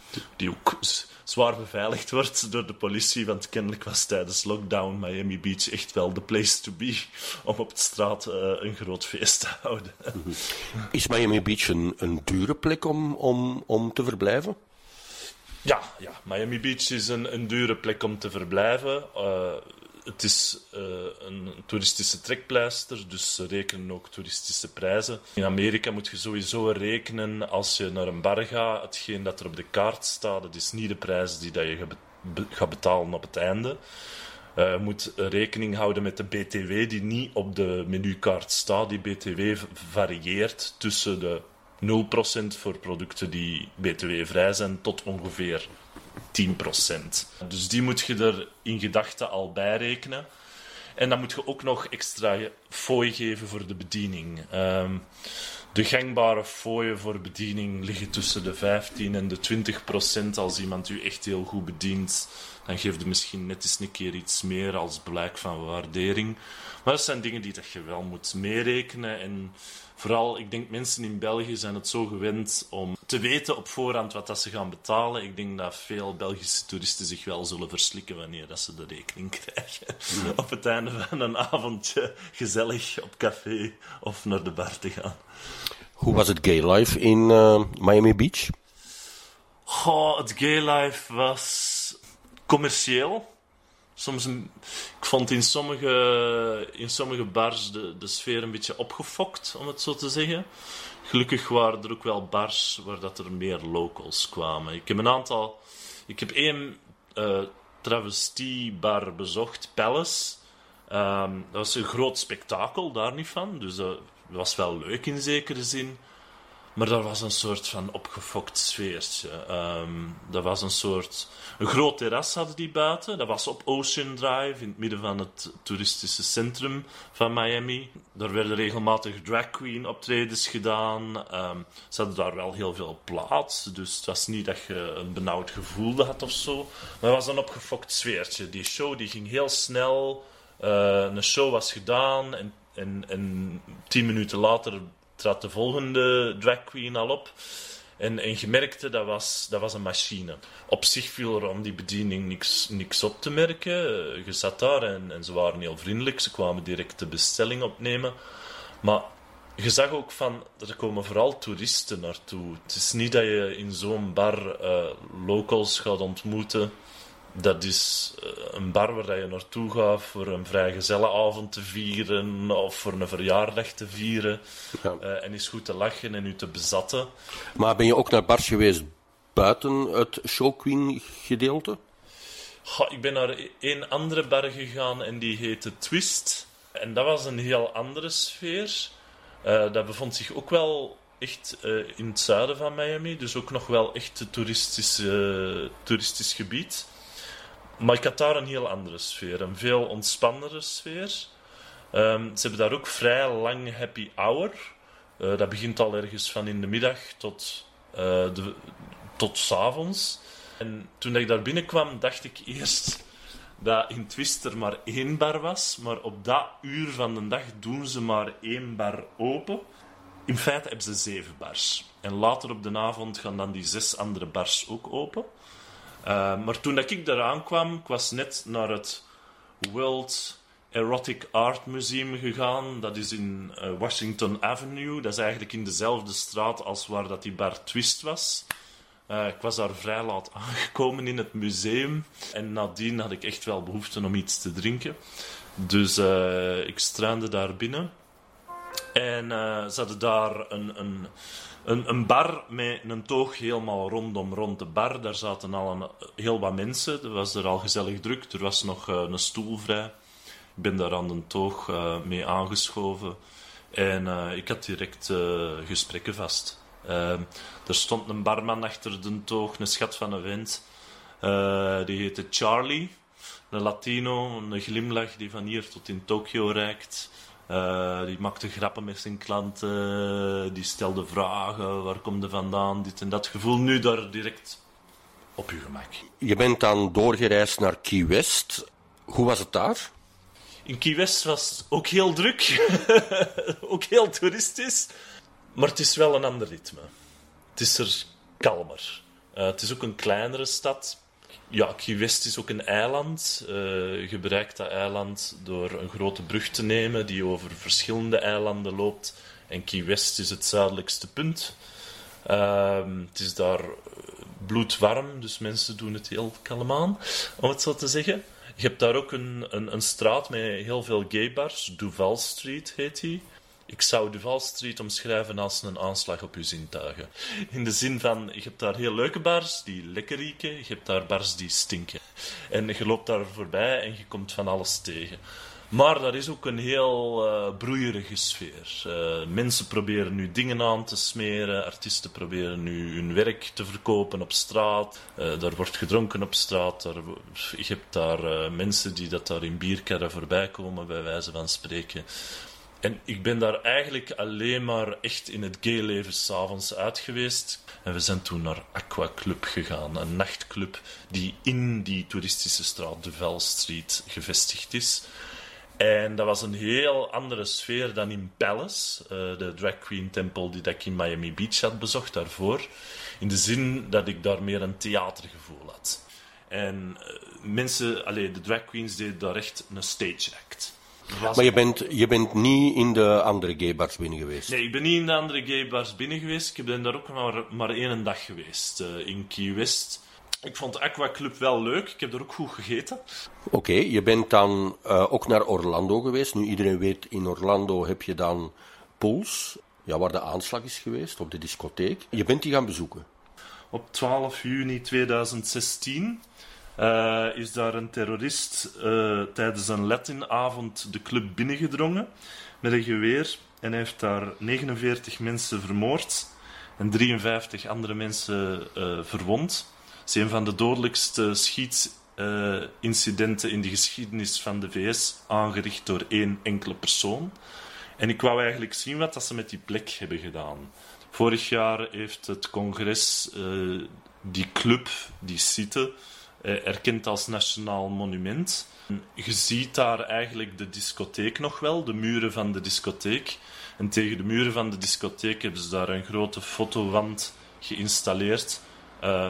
S11: die ook zwaar beveiligd wordt door de politie, want kennelijk was tijdens lockdown Miami Beach echt wel de place to be om op de straat uh, een groot feest te houden.
S1: Is Miami Beach een, een dure plek om, om, om te verblijven?
S11: Ja, ja, Miami Beach is een, een dure plek om te verblijven. Uh, het is uh, een toeristische trekpleister, dus ze rekenen ook toeristische prijzen. In Amerika moet je sowieso rekenen als je naar een bar gaat. Hetgeen dat er op de kaart staat, dat is niet de prijs die dat je gaat betalen op het einde. Uh, je moet rekening houden met de B T W die niet op de menukaart staat. Die B T W varieert tussen de nul procent voor producten die B T W-vrij zijn tot ongeveer tien procent. Dus die moet je er in gedachten al bij rekenen. En dan moet je ook nog extra fooi geven voor de bediening. Um, de gangbare fooien voor bediening liggen tussen de vijftien en de twintig procent. Als iemand u echt heel goed bedient, dan geeft je misschien net eens een keer iets meer als blijk van waardering. Maar dat zijn dingen die dat je wel moet meerekenen. En vooral, ik denk mensen in België zijn het zo gewend om te weten op voorhand wat dat ze gaan betalen. Ik denk dat veel Belgische toeristen zich wel zullen verslikken wanneer dat ze de rekening krijgen. Ja. Op het einde van een avondje gezellig op café of naar de bar te gaan.
S1: Hoe was het gay life in uh, Miami Beach?
S11: Oh, het gay life was commercieel. Soms een, ik vond in sommige, in sommige bars de, de sfeer een beetje opgefokt, om het zo te zeggen. Gelukkig waren er ook wel bars waar dat er meer locals kwamen. Ik heb een aantal... Ik heb één uh, travestiebar bezocht, Palace. Um, dat was een groot spektakel, daar niet van. Dus dat was wel leuk in zekere zin. Maar dat was een soort van opgefokt sfeertje. Um, dat was een soort... Een groot terras hadden die buiten. Dat was op Ocean Drive, in het midden van het toeristische centrum van Miami. Daar werden regelmatig drag queen optredens gedaan. Um, ze hadden daar wel heel veel plaats. Dus het was niet dat je een benauwd gevoel had of zo. Maar het was een opgefokt sfeertje. Die show die ging heel snel. Uh, een show was gedaan. En, en, en tien minuten later trad de volgende drag queen al op. En, en je merkte, dat was, dat was een machine. Op zich viel er om die bediening niks, niks op te merken. Je zat daar en, en ze waren heel vriendelijk. Ze kwamen direct de bestelling opnemen. Maar je zag ook van, er komen vooral toeristen naartoe. Het is niet dat je in zo'n bar uh, locals gaat ontmoeten. Dat is een bar waar je naartoe gaat voor een vrijgezellenavond te vieren of voor een verjaardag te vieren. Ja. Uh, en is goed te lachen en u te bezatten.
S1: Maar ben je ook naar bars geweest buiten het Showqueen gedeelte?
S11: Goh, ik ben naar één andere bar gegaan en die heette Twist. En dat was een heel andere sfeer. Uh, dat bevond zich ook wel echt uh, in het zuiden van Miami. Dus ook nog wel echt een toeristisch, uh, toeristisch gebied. Maar ik had daar een heel andere sfeer, een veel ontspannere sfeer. Um, ze hebben daar ook vrij lang happy hour. Uh, dat begint al ergens van in de middag tot, uh, de, tot 's avonds. En toen ik daar binnenkwam, dacht ik eerst dat in Twist er maar één bar was. Maar op dat uur van de dag doen ze maar één bar open. In feite hebben ze zeven bars. En later op de avond gaan dan die zes andere bars ook open. Uh, maar toen dat ik daar aankwam, ik was net naar het World Erotic Art Museum gegaan. Dat is in uh, Washington Avenue. Dat is eigenlijk in dezelfde straat als waar dat die bar Twist was. Uh, ik was daar vrij laat aangekomen in het museum. En nadien had ik echt wel behoefte om iets te drinken. Dus uh, ik struinde daar binnen. En uh, ze hadden daar een... een Een, een bar met een toog helemaal rondom rond de bar. Daar zaten al een, heel wat mensen. Er was er al gezellig druk. Er was nog uh, een stoel vrij. Ik ben daar aan de toog uh, mee aangeschoven. En uh, ik had direct uh, gesprekken vast. Uh, er stond een barman achter de toog, een schat van een vent. Uh, die heette Charlie. Een Latino, een glimlach die van hier tot in Tokio reikt. Uh, die maakte grappen met zijn klanten, die stelde vragen, waar komt je vandaan, dit en dat. Gevoel nu daar direct op je gemak.
S1: Je bent dan doorgereisd naar Key West. Hoe was het daar?
S11: In Key West was het ook heel druk, ook heel toeristisch, maar het is wel een ander ritme. Het is er kalmer. Uh, het is ook een kleinere stad. Ja, Key West is ook een eiland. Uh, je bereikt dat eiland door een grote brug te nemen die over verschillende eilanden loopt. En Key West is het zuidelijkste punt. Uh, het is daar bloedwarm, dus mensen doen het heel kalm aan, om het zo te zeggen. Je hebt daar ook een, een, een straat met heel veel gaybars. Duval Street heet die. Ik zou Duval Street omschrijven als een aanslag op je zintuigen. In de zin van, je hebt daar heel leuke bars die lekker rieken. Je hebt daar bars die stinken. En je loopt daar voorbij en je komt van alles tegen. Maar daar is ook een heel uh, broeierige sfeer. Uh, mensen proberen nu dingen aan te smeren. Artiesten proberen nu hun werk te verkopen op straat. Uh, daar wordt gedronken op straat. Daar, je hebt daar uh, mensen die dat daar in bierkarren voorbij komen, bij wijze van spreken. En ik ben daar eigenlijk alleen maar echt in het gayleven 's avonds uit geweest. En we zijn toen naar Aqua Club gegaan. Een nachtclub die in die toeristische straat Duval Street gevestigd is. En dat was een heel andere sfeer dan in Palace, uh, de drag queen tempel die ik in Miami Beach had bezocht daarvoor. In de zin dat ik daar meer een theatergevoel had. En uh, mensen, allee, de drag queens deden daar echt een stage act. Was...
S1: Maar je bent, je bent niet in de andere gaybars binnen geweest?
S11: Nee, ik ben niet in de andere gaybars binnen geweest. Ik ben daar ook maar, maar één dag geweest, uh, in Key West. Ik vond de Aqua Club wel leuk. Ik heb er ook goed gegeten.
S1: Oké, okay, je bent dan uh, ook naar Orlando geweest. Nu, iedereen weet, in Orlando heb je dan Pulse, ja, waar de aanslag is geweest, op de discotheek. Je bent die gaan bezoeken.
S11: Op twaalf juni tweeduizend zestien uh, is daar een terrorist uh, tijdens een Latinavond de club binnengedrongen met een geweer. En hij heeft daar negenenveertig mensen vermoord en drieënvijftig andere mensen uh, verwond. Het is een van de dodelijkste schietincidenten uh, in de geschiedenis van de V S, aangericht door één enkele persoon. En ik wou eigenlijk zien wat dat ze met die plek hebben gedaan. Vorig jaar heeft het congres uh, die club, die site, uh, erkend als nationaal monument. Je ziet daar eigenlijk de discotheek nog wel, de muren van de discotheek. En tegen de muren van de discotheek hebben ze daar een grote fotowand geïnstalleerd. Uh,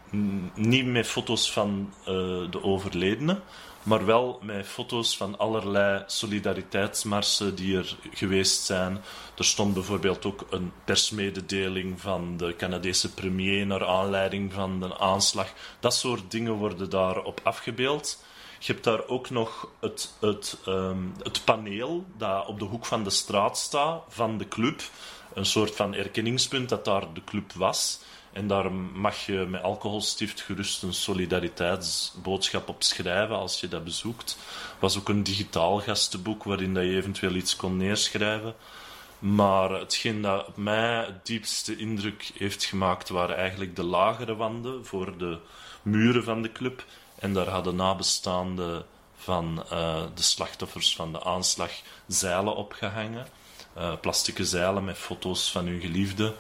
S11: Niet met foto's van uh, de overledenen, maar wel met foto's van allerlei solidariteitsmarsen die er geweest zijn. Er stond bijvoorbeeld ook een persmededeling van de Canadese premier naar aanleiding van de aanslag. Dat soort dingen worden daarop afgebeeld. Je hebt daar ook nog het, het, um, het paneel dat op de hoek van de straat staat van de club. Een soort van erkenningspunt dat daar de club was. En daar mag je met alcoholstift gerust een solidariteitsboodschap op schrijven als je dat bezoekt. Er was ook een digitaal gastenboek waarin dat je eventueel iets kon neerschrijven. Maar hetgeen dat op mij het diepste indruk heeft gemaakt waren eigenlijk de lagere wanden voor de muren van de club. En daar hadden nabestaanden van uh, de slachtoffers van de aanslag zeilen opgehangen. Uh, plastieke zeilen met foto's van hun geliefden.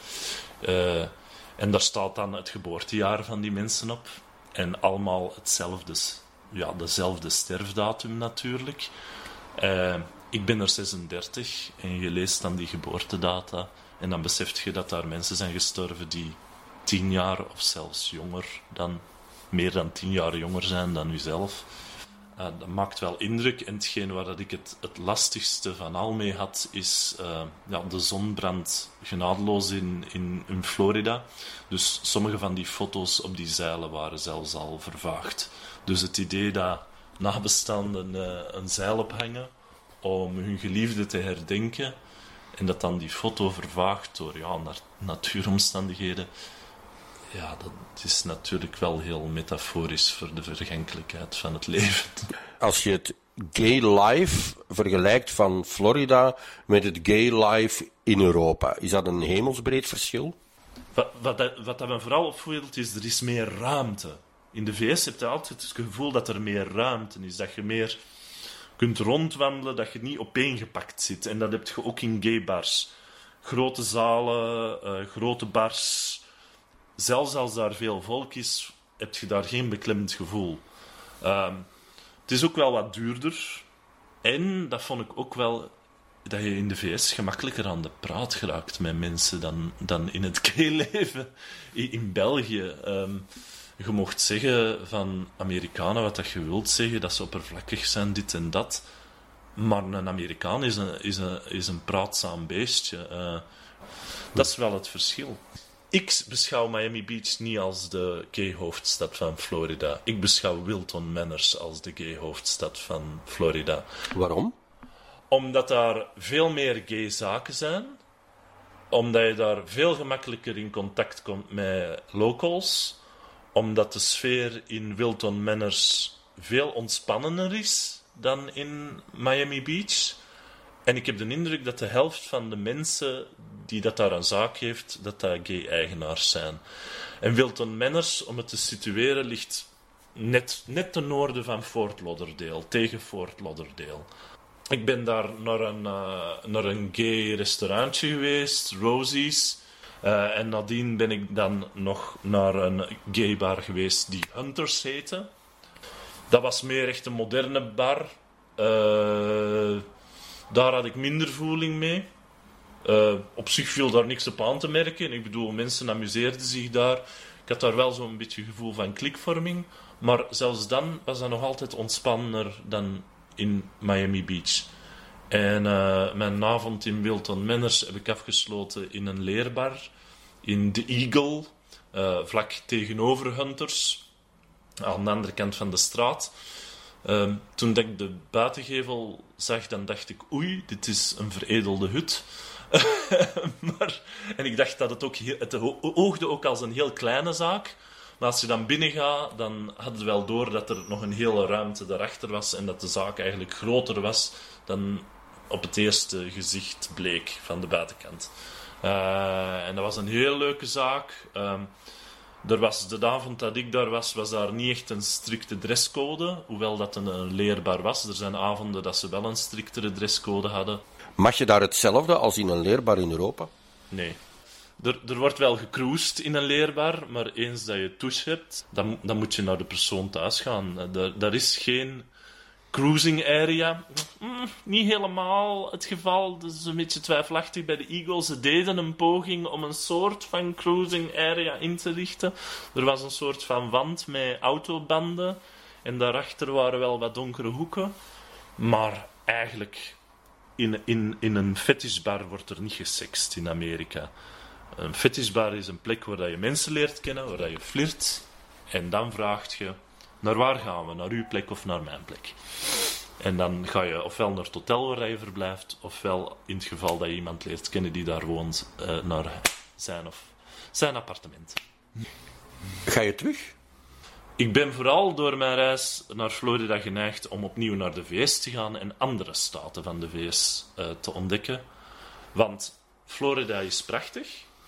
S11: Uh, En daar staat dan het geboortejaar van die mensen op. En allemaal hetzelfde, ja, dezelfde sterfdatum natuurlijk. Uh, ik ben er zesendertig en je leest dan die geboortedata. En dan beseft je dat daar mensen zijn gestorven die tien jaar of zelfs jonger dan, meer dan tien jaar jonger zijn dan uzelf. Uh, dat maakt wel indruk. En hetgeen waar dat ik het, het lastigste van al mee had, is uh, ja, de zon brandt genadeloos in, in, in Florida. Dus sommige van die foto's op die zeilen waren zelfs al vervaagd. Dus het idee dat nabestaanden uh, een zeil ophangen om hun geliefde te herdenken en dat dan die foto vervaagt door ja, natuuromstandigheden, ja, dat is natuurlijk wel heel metaforisch voor de vergankelijkheid van het leven.
S1: Als je het gay life vergelijkt van Florida met het gay life in Europa, is dat een hemelsbreed verschil?
S11: Wat, wat, dat, wat dat me vooral opviel, is er is meer ruimte. In de V S heb je altijd het gevoel dat er meer ruimte is, dat je meer kunt rondwandelen, dat je niet opeengepakt zit. En dat heb je ook in gaybars. Grote zalen, uh, grote bars. Zelfs als daar veel volk is, heb je daar geen beklemmend gevoel. Uh, het is ook wel wat duurder. En, dat vond ik ook wel dat je in de V S gemakkelijker aan de praat geraakt met mensen dan, dan in het gay-leven in, in België. Um, je mocht zeggen van Amerikanen wat dat je wilt zeggen, dat ze oppervlakkig zijn, dit en dat. Maar een Amerikaan is een, is een, is een praatzaam beestje. Uh, dat is wel het verschil. Ik beschouw Miami Beach niet als de gay-hoofdstad van Florida. Ik beschouw Wilton Manors als de gay-hoofdstad van Florida.
S1: Waarom?
S11: Omdat daar veel meer gay zaken zijn. Omdat je daar veel gemakkelijker in contact komt met locals. Omdat de sfeer in Wilton Manors veel ontspannender is dan in Miami Beach. En ik heb de indruk dat de helft van de mensen die dat daar een zaak heeft, dat dat gay-eigenaars zijn. En Wilton Manors, om het te situeren, ligt net, net ten noorden van Fort Lauderdale, tegen Fort Lauderdale. Ik ben daar naar een, uh, naar een gay restaurantje geweest, Rosie's. Uh, en nadien ben ik dan nog naar een gay bar geweest die Hunters heette. Dat was meer echt een moderne bar. Uh, daar had ik minder voeling mee. Uh, op zich viel daar niks op aan te merken. Ik bedoel, mensen amuseerden zich daar. Ik had daar wel zo'n beetje gevoel van klikvorming. Maar zelfs dan was dat nog altijd ontspannender dan in Miami Beach. En uh, mijn avond in Wilton Manors heb ik afgesloten in een leerbar. In The Eagle, uh, vlak tegenover Hunters. Aan de andere kant van de straat. Uh, toen ik de buitengevel zag, dan dacht ik, oei, dit is een veredelde hut. maar, en ik dacht dat het ook heel, het oogde ook als een heel kleine zaak. Maar als je dan binnen gaat, dan hadden we wel door dat er nog een hele ruimte daarachter was en dat de zaak eigenlijk groter was dan op het eerste gezicht bleek van de buitenkant. Uh, en dat was een heel leuke zaak. Uh, er was, de avond dat ik daar was, was daar niet echt een strikte dresscode, hoewel dat een, een leerbar was. Er zijn avonden dat ze wel een striktere dresscode hadden.
S1: Mag je daar hetzelfde als in een leerbar in Europa?
S11: Nee. Er, er wordt wel gecruised in een leerbar, maar eens dat je touche hebt, dan, dan moet je naar de persoon thuis gaan. Daar, daar is geen cruising area. Mm, niet helemaal het geval. Dat is een beetje twijfelachtig bij de Eagles. Ze deden een poging om een soort van cruising area in te richten. Er was een soort van wand met autobanden. En daarachter waren wel wat donkere hoeken. Maar eigenlijk, in, in, in een fetishbar wordt er niet gesext in Amerika. Een fetishbar is een plek waar je mensen leert kennen, waar je flirt. En dan vraagt je, naar waar gaan we? Naar uw plek of naar mijn plek? En dan ga je ofwel naar het hotel waar je verblijft, ofwel in het geval dat je iemand leert kennen die daar woont, uh, naar zijn of zijn appartement.
S1: Ga je terug?
S11: Ik ben vooral door mijn reis naar Florida geneigd om opnieuw naar de V S te gaan en andere staten van de V S uh, te ontdekken. Want Florida is prachtig.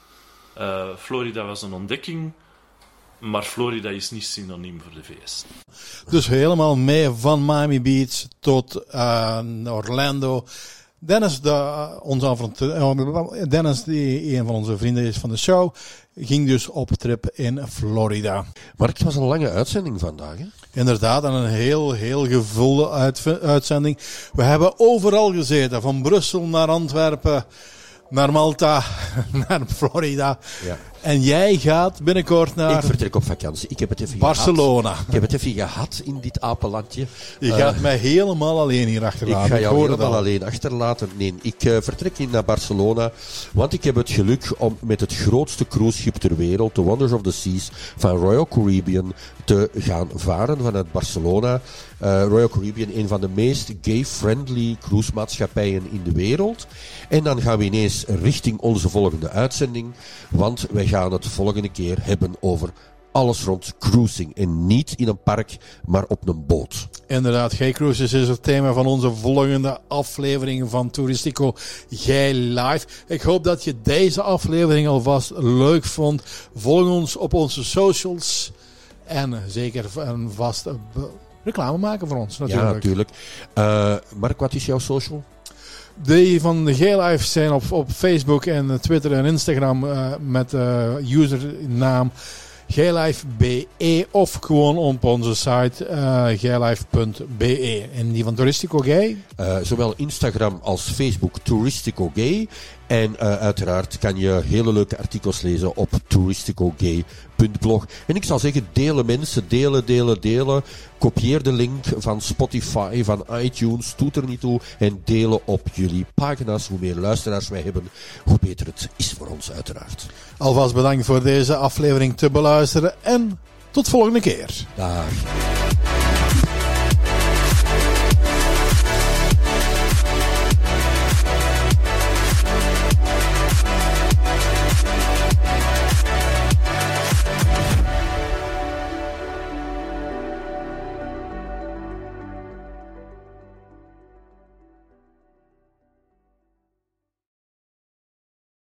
S11: Uh, Florida was een ontdekking, maar Florida is niet synoniem voor de V S.
S2: Dus helemaal mee van Miami Beach tot uh, Orlando. Dennis, de, onze avond, Dennis, die een van onze vrienden is van de show, ging dus op trip in Florida.
S1: Maar het was een lange uitzending vandaag, hè?
S2: Inderdaad, en een heel, heel gevulde uit, uitzending. We hebben overal gezeten, van Brussel naar Antwerpen, naar Malta, naar Florida.
S1: Ja.
S2: En jij gaat binnenkort naar...
S1: Ik vertrek op vakantie. Ik heb het even
S2: Barcelona.
S1: Gehad. Ik heb het even gehad in dit apenlandje.
S2: Je uh, gaat mij helemaal alleen hier achterlaten.
S1: Ik ga jou
S2: ik
S1: helemaal alleen achterlaten. Nee, ik uh, vertrek niet naar Barcelona, want ik heb het geluk om met het grootste cruiseschip ter wereld, de Wonders of the Seas, van Royal Caribbean, te gaan varen vanuit Barcelona. Uh, Royal Caribbean, een van de meest gay-friendly cruisemaatschappijen in de wereld. En dan gaan we ineens richting onze volgende uitzending, want wij gaan het de volgende keer hebben over alles rond cruising. En niet in een park, maar op een boot.
S2: Inderdaad, Gay Cruises is het thema van onze volgende aflevering van Touristico Gay Live. Ik hoop dat je deze aflevering alvast leuk vond. Volg ons op onze socials. En zeker en vast reclame maken voor ons, natuurlijk.
S1: Ja, natuurlijk. Uh, Mark, wat is jouw social?
S2: Die van de Gay Live zijn op, op Facebook en Twitter en Instagram uh, met uh, usernaam gaylife punt b e of gewoon op onze site uh, gaylife punt b e. En die van Touristico Gay?
S1: Uh, zowel Instagram als Facebook Touristico Gay. En uh, uiteraard kan je hele leuke artikels lezen op touristico-gay punt blog. En ik zou zeggen, delen mensen, delen, delen, delen. Kopieer de link van Spotify, van iTunes, doet er niet toe. En delen op jullie pagina's. Hoe meer luisteraars wij hebben, hoe beter het is voor ons uiteraard.
S2: Alvast bedankt voor deze aflevering te beluisteren en tot volgende keer.
S1: Dag.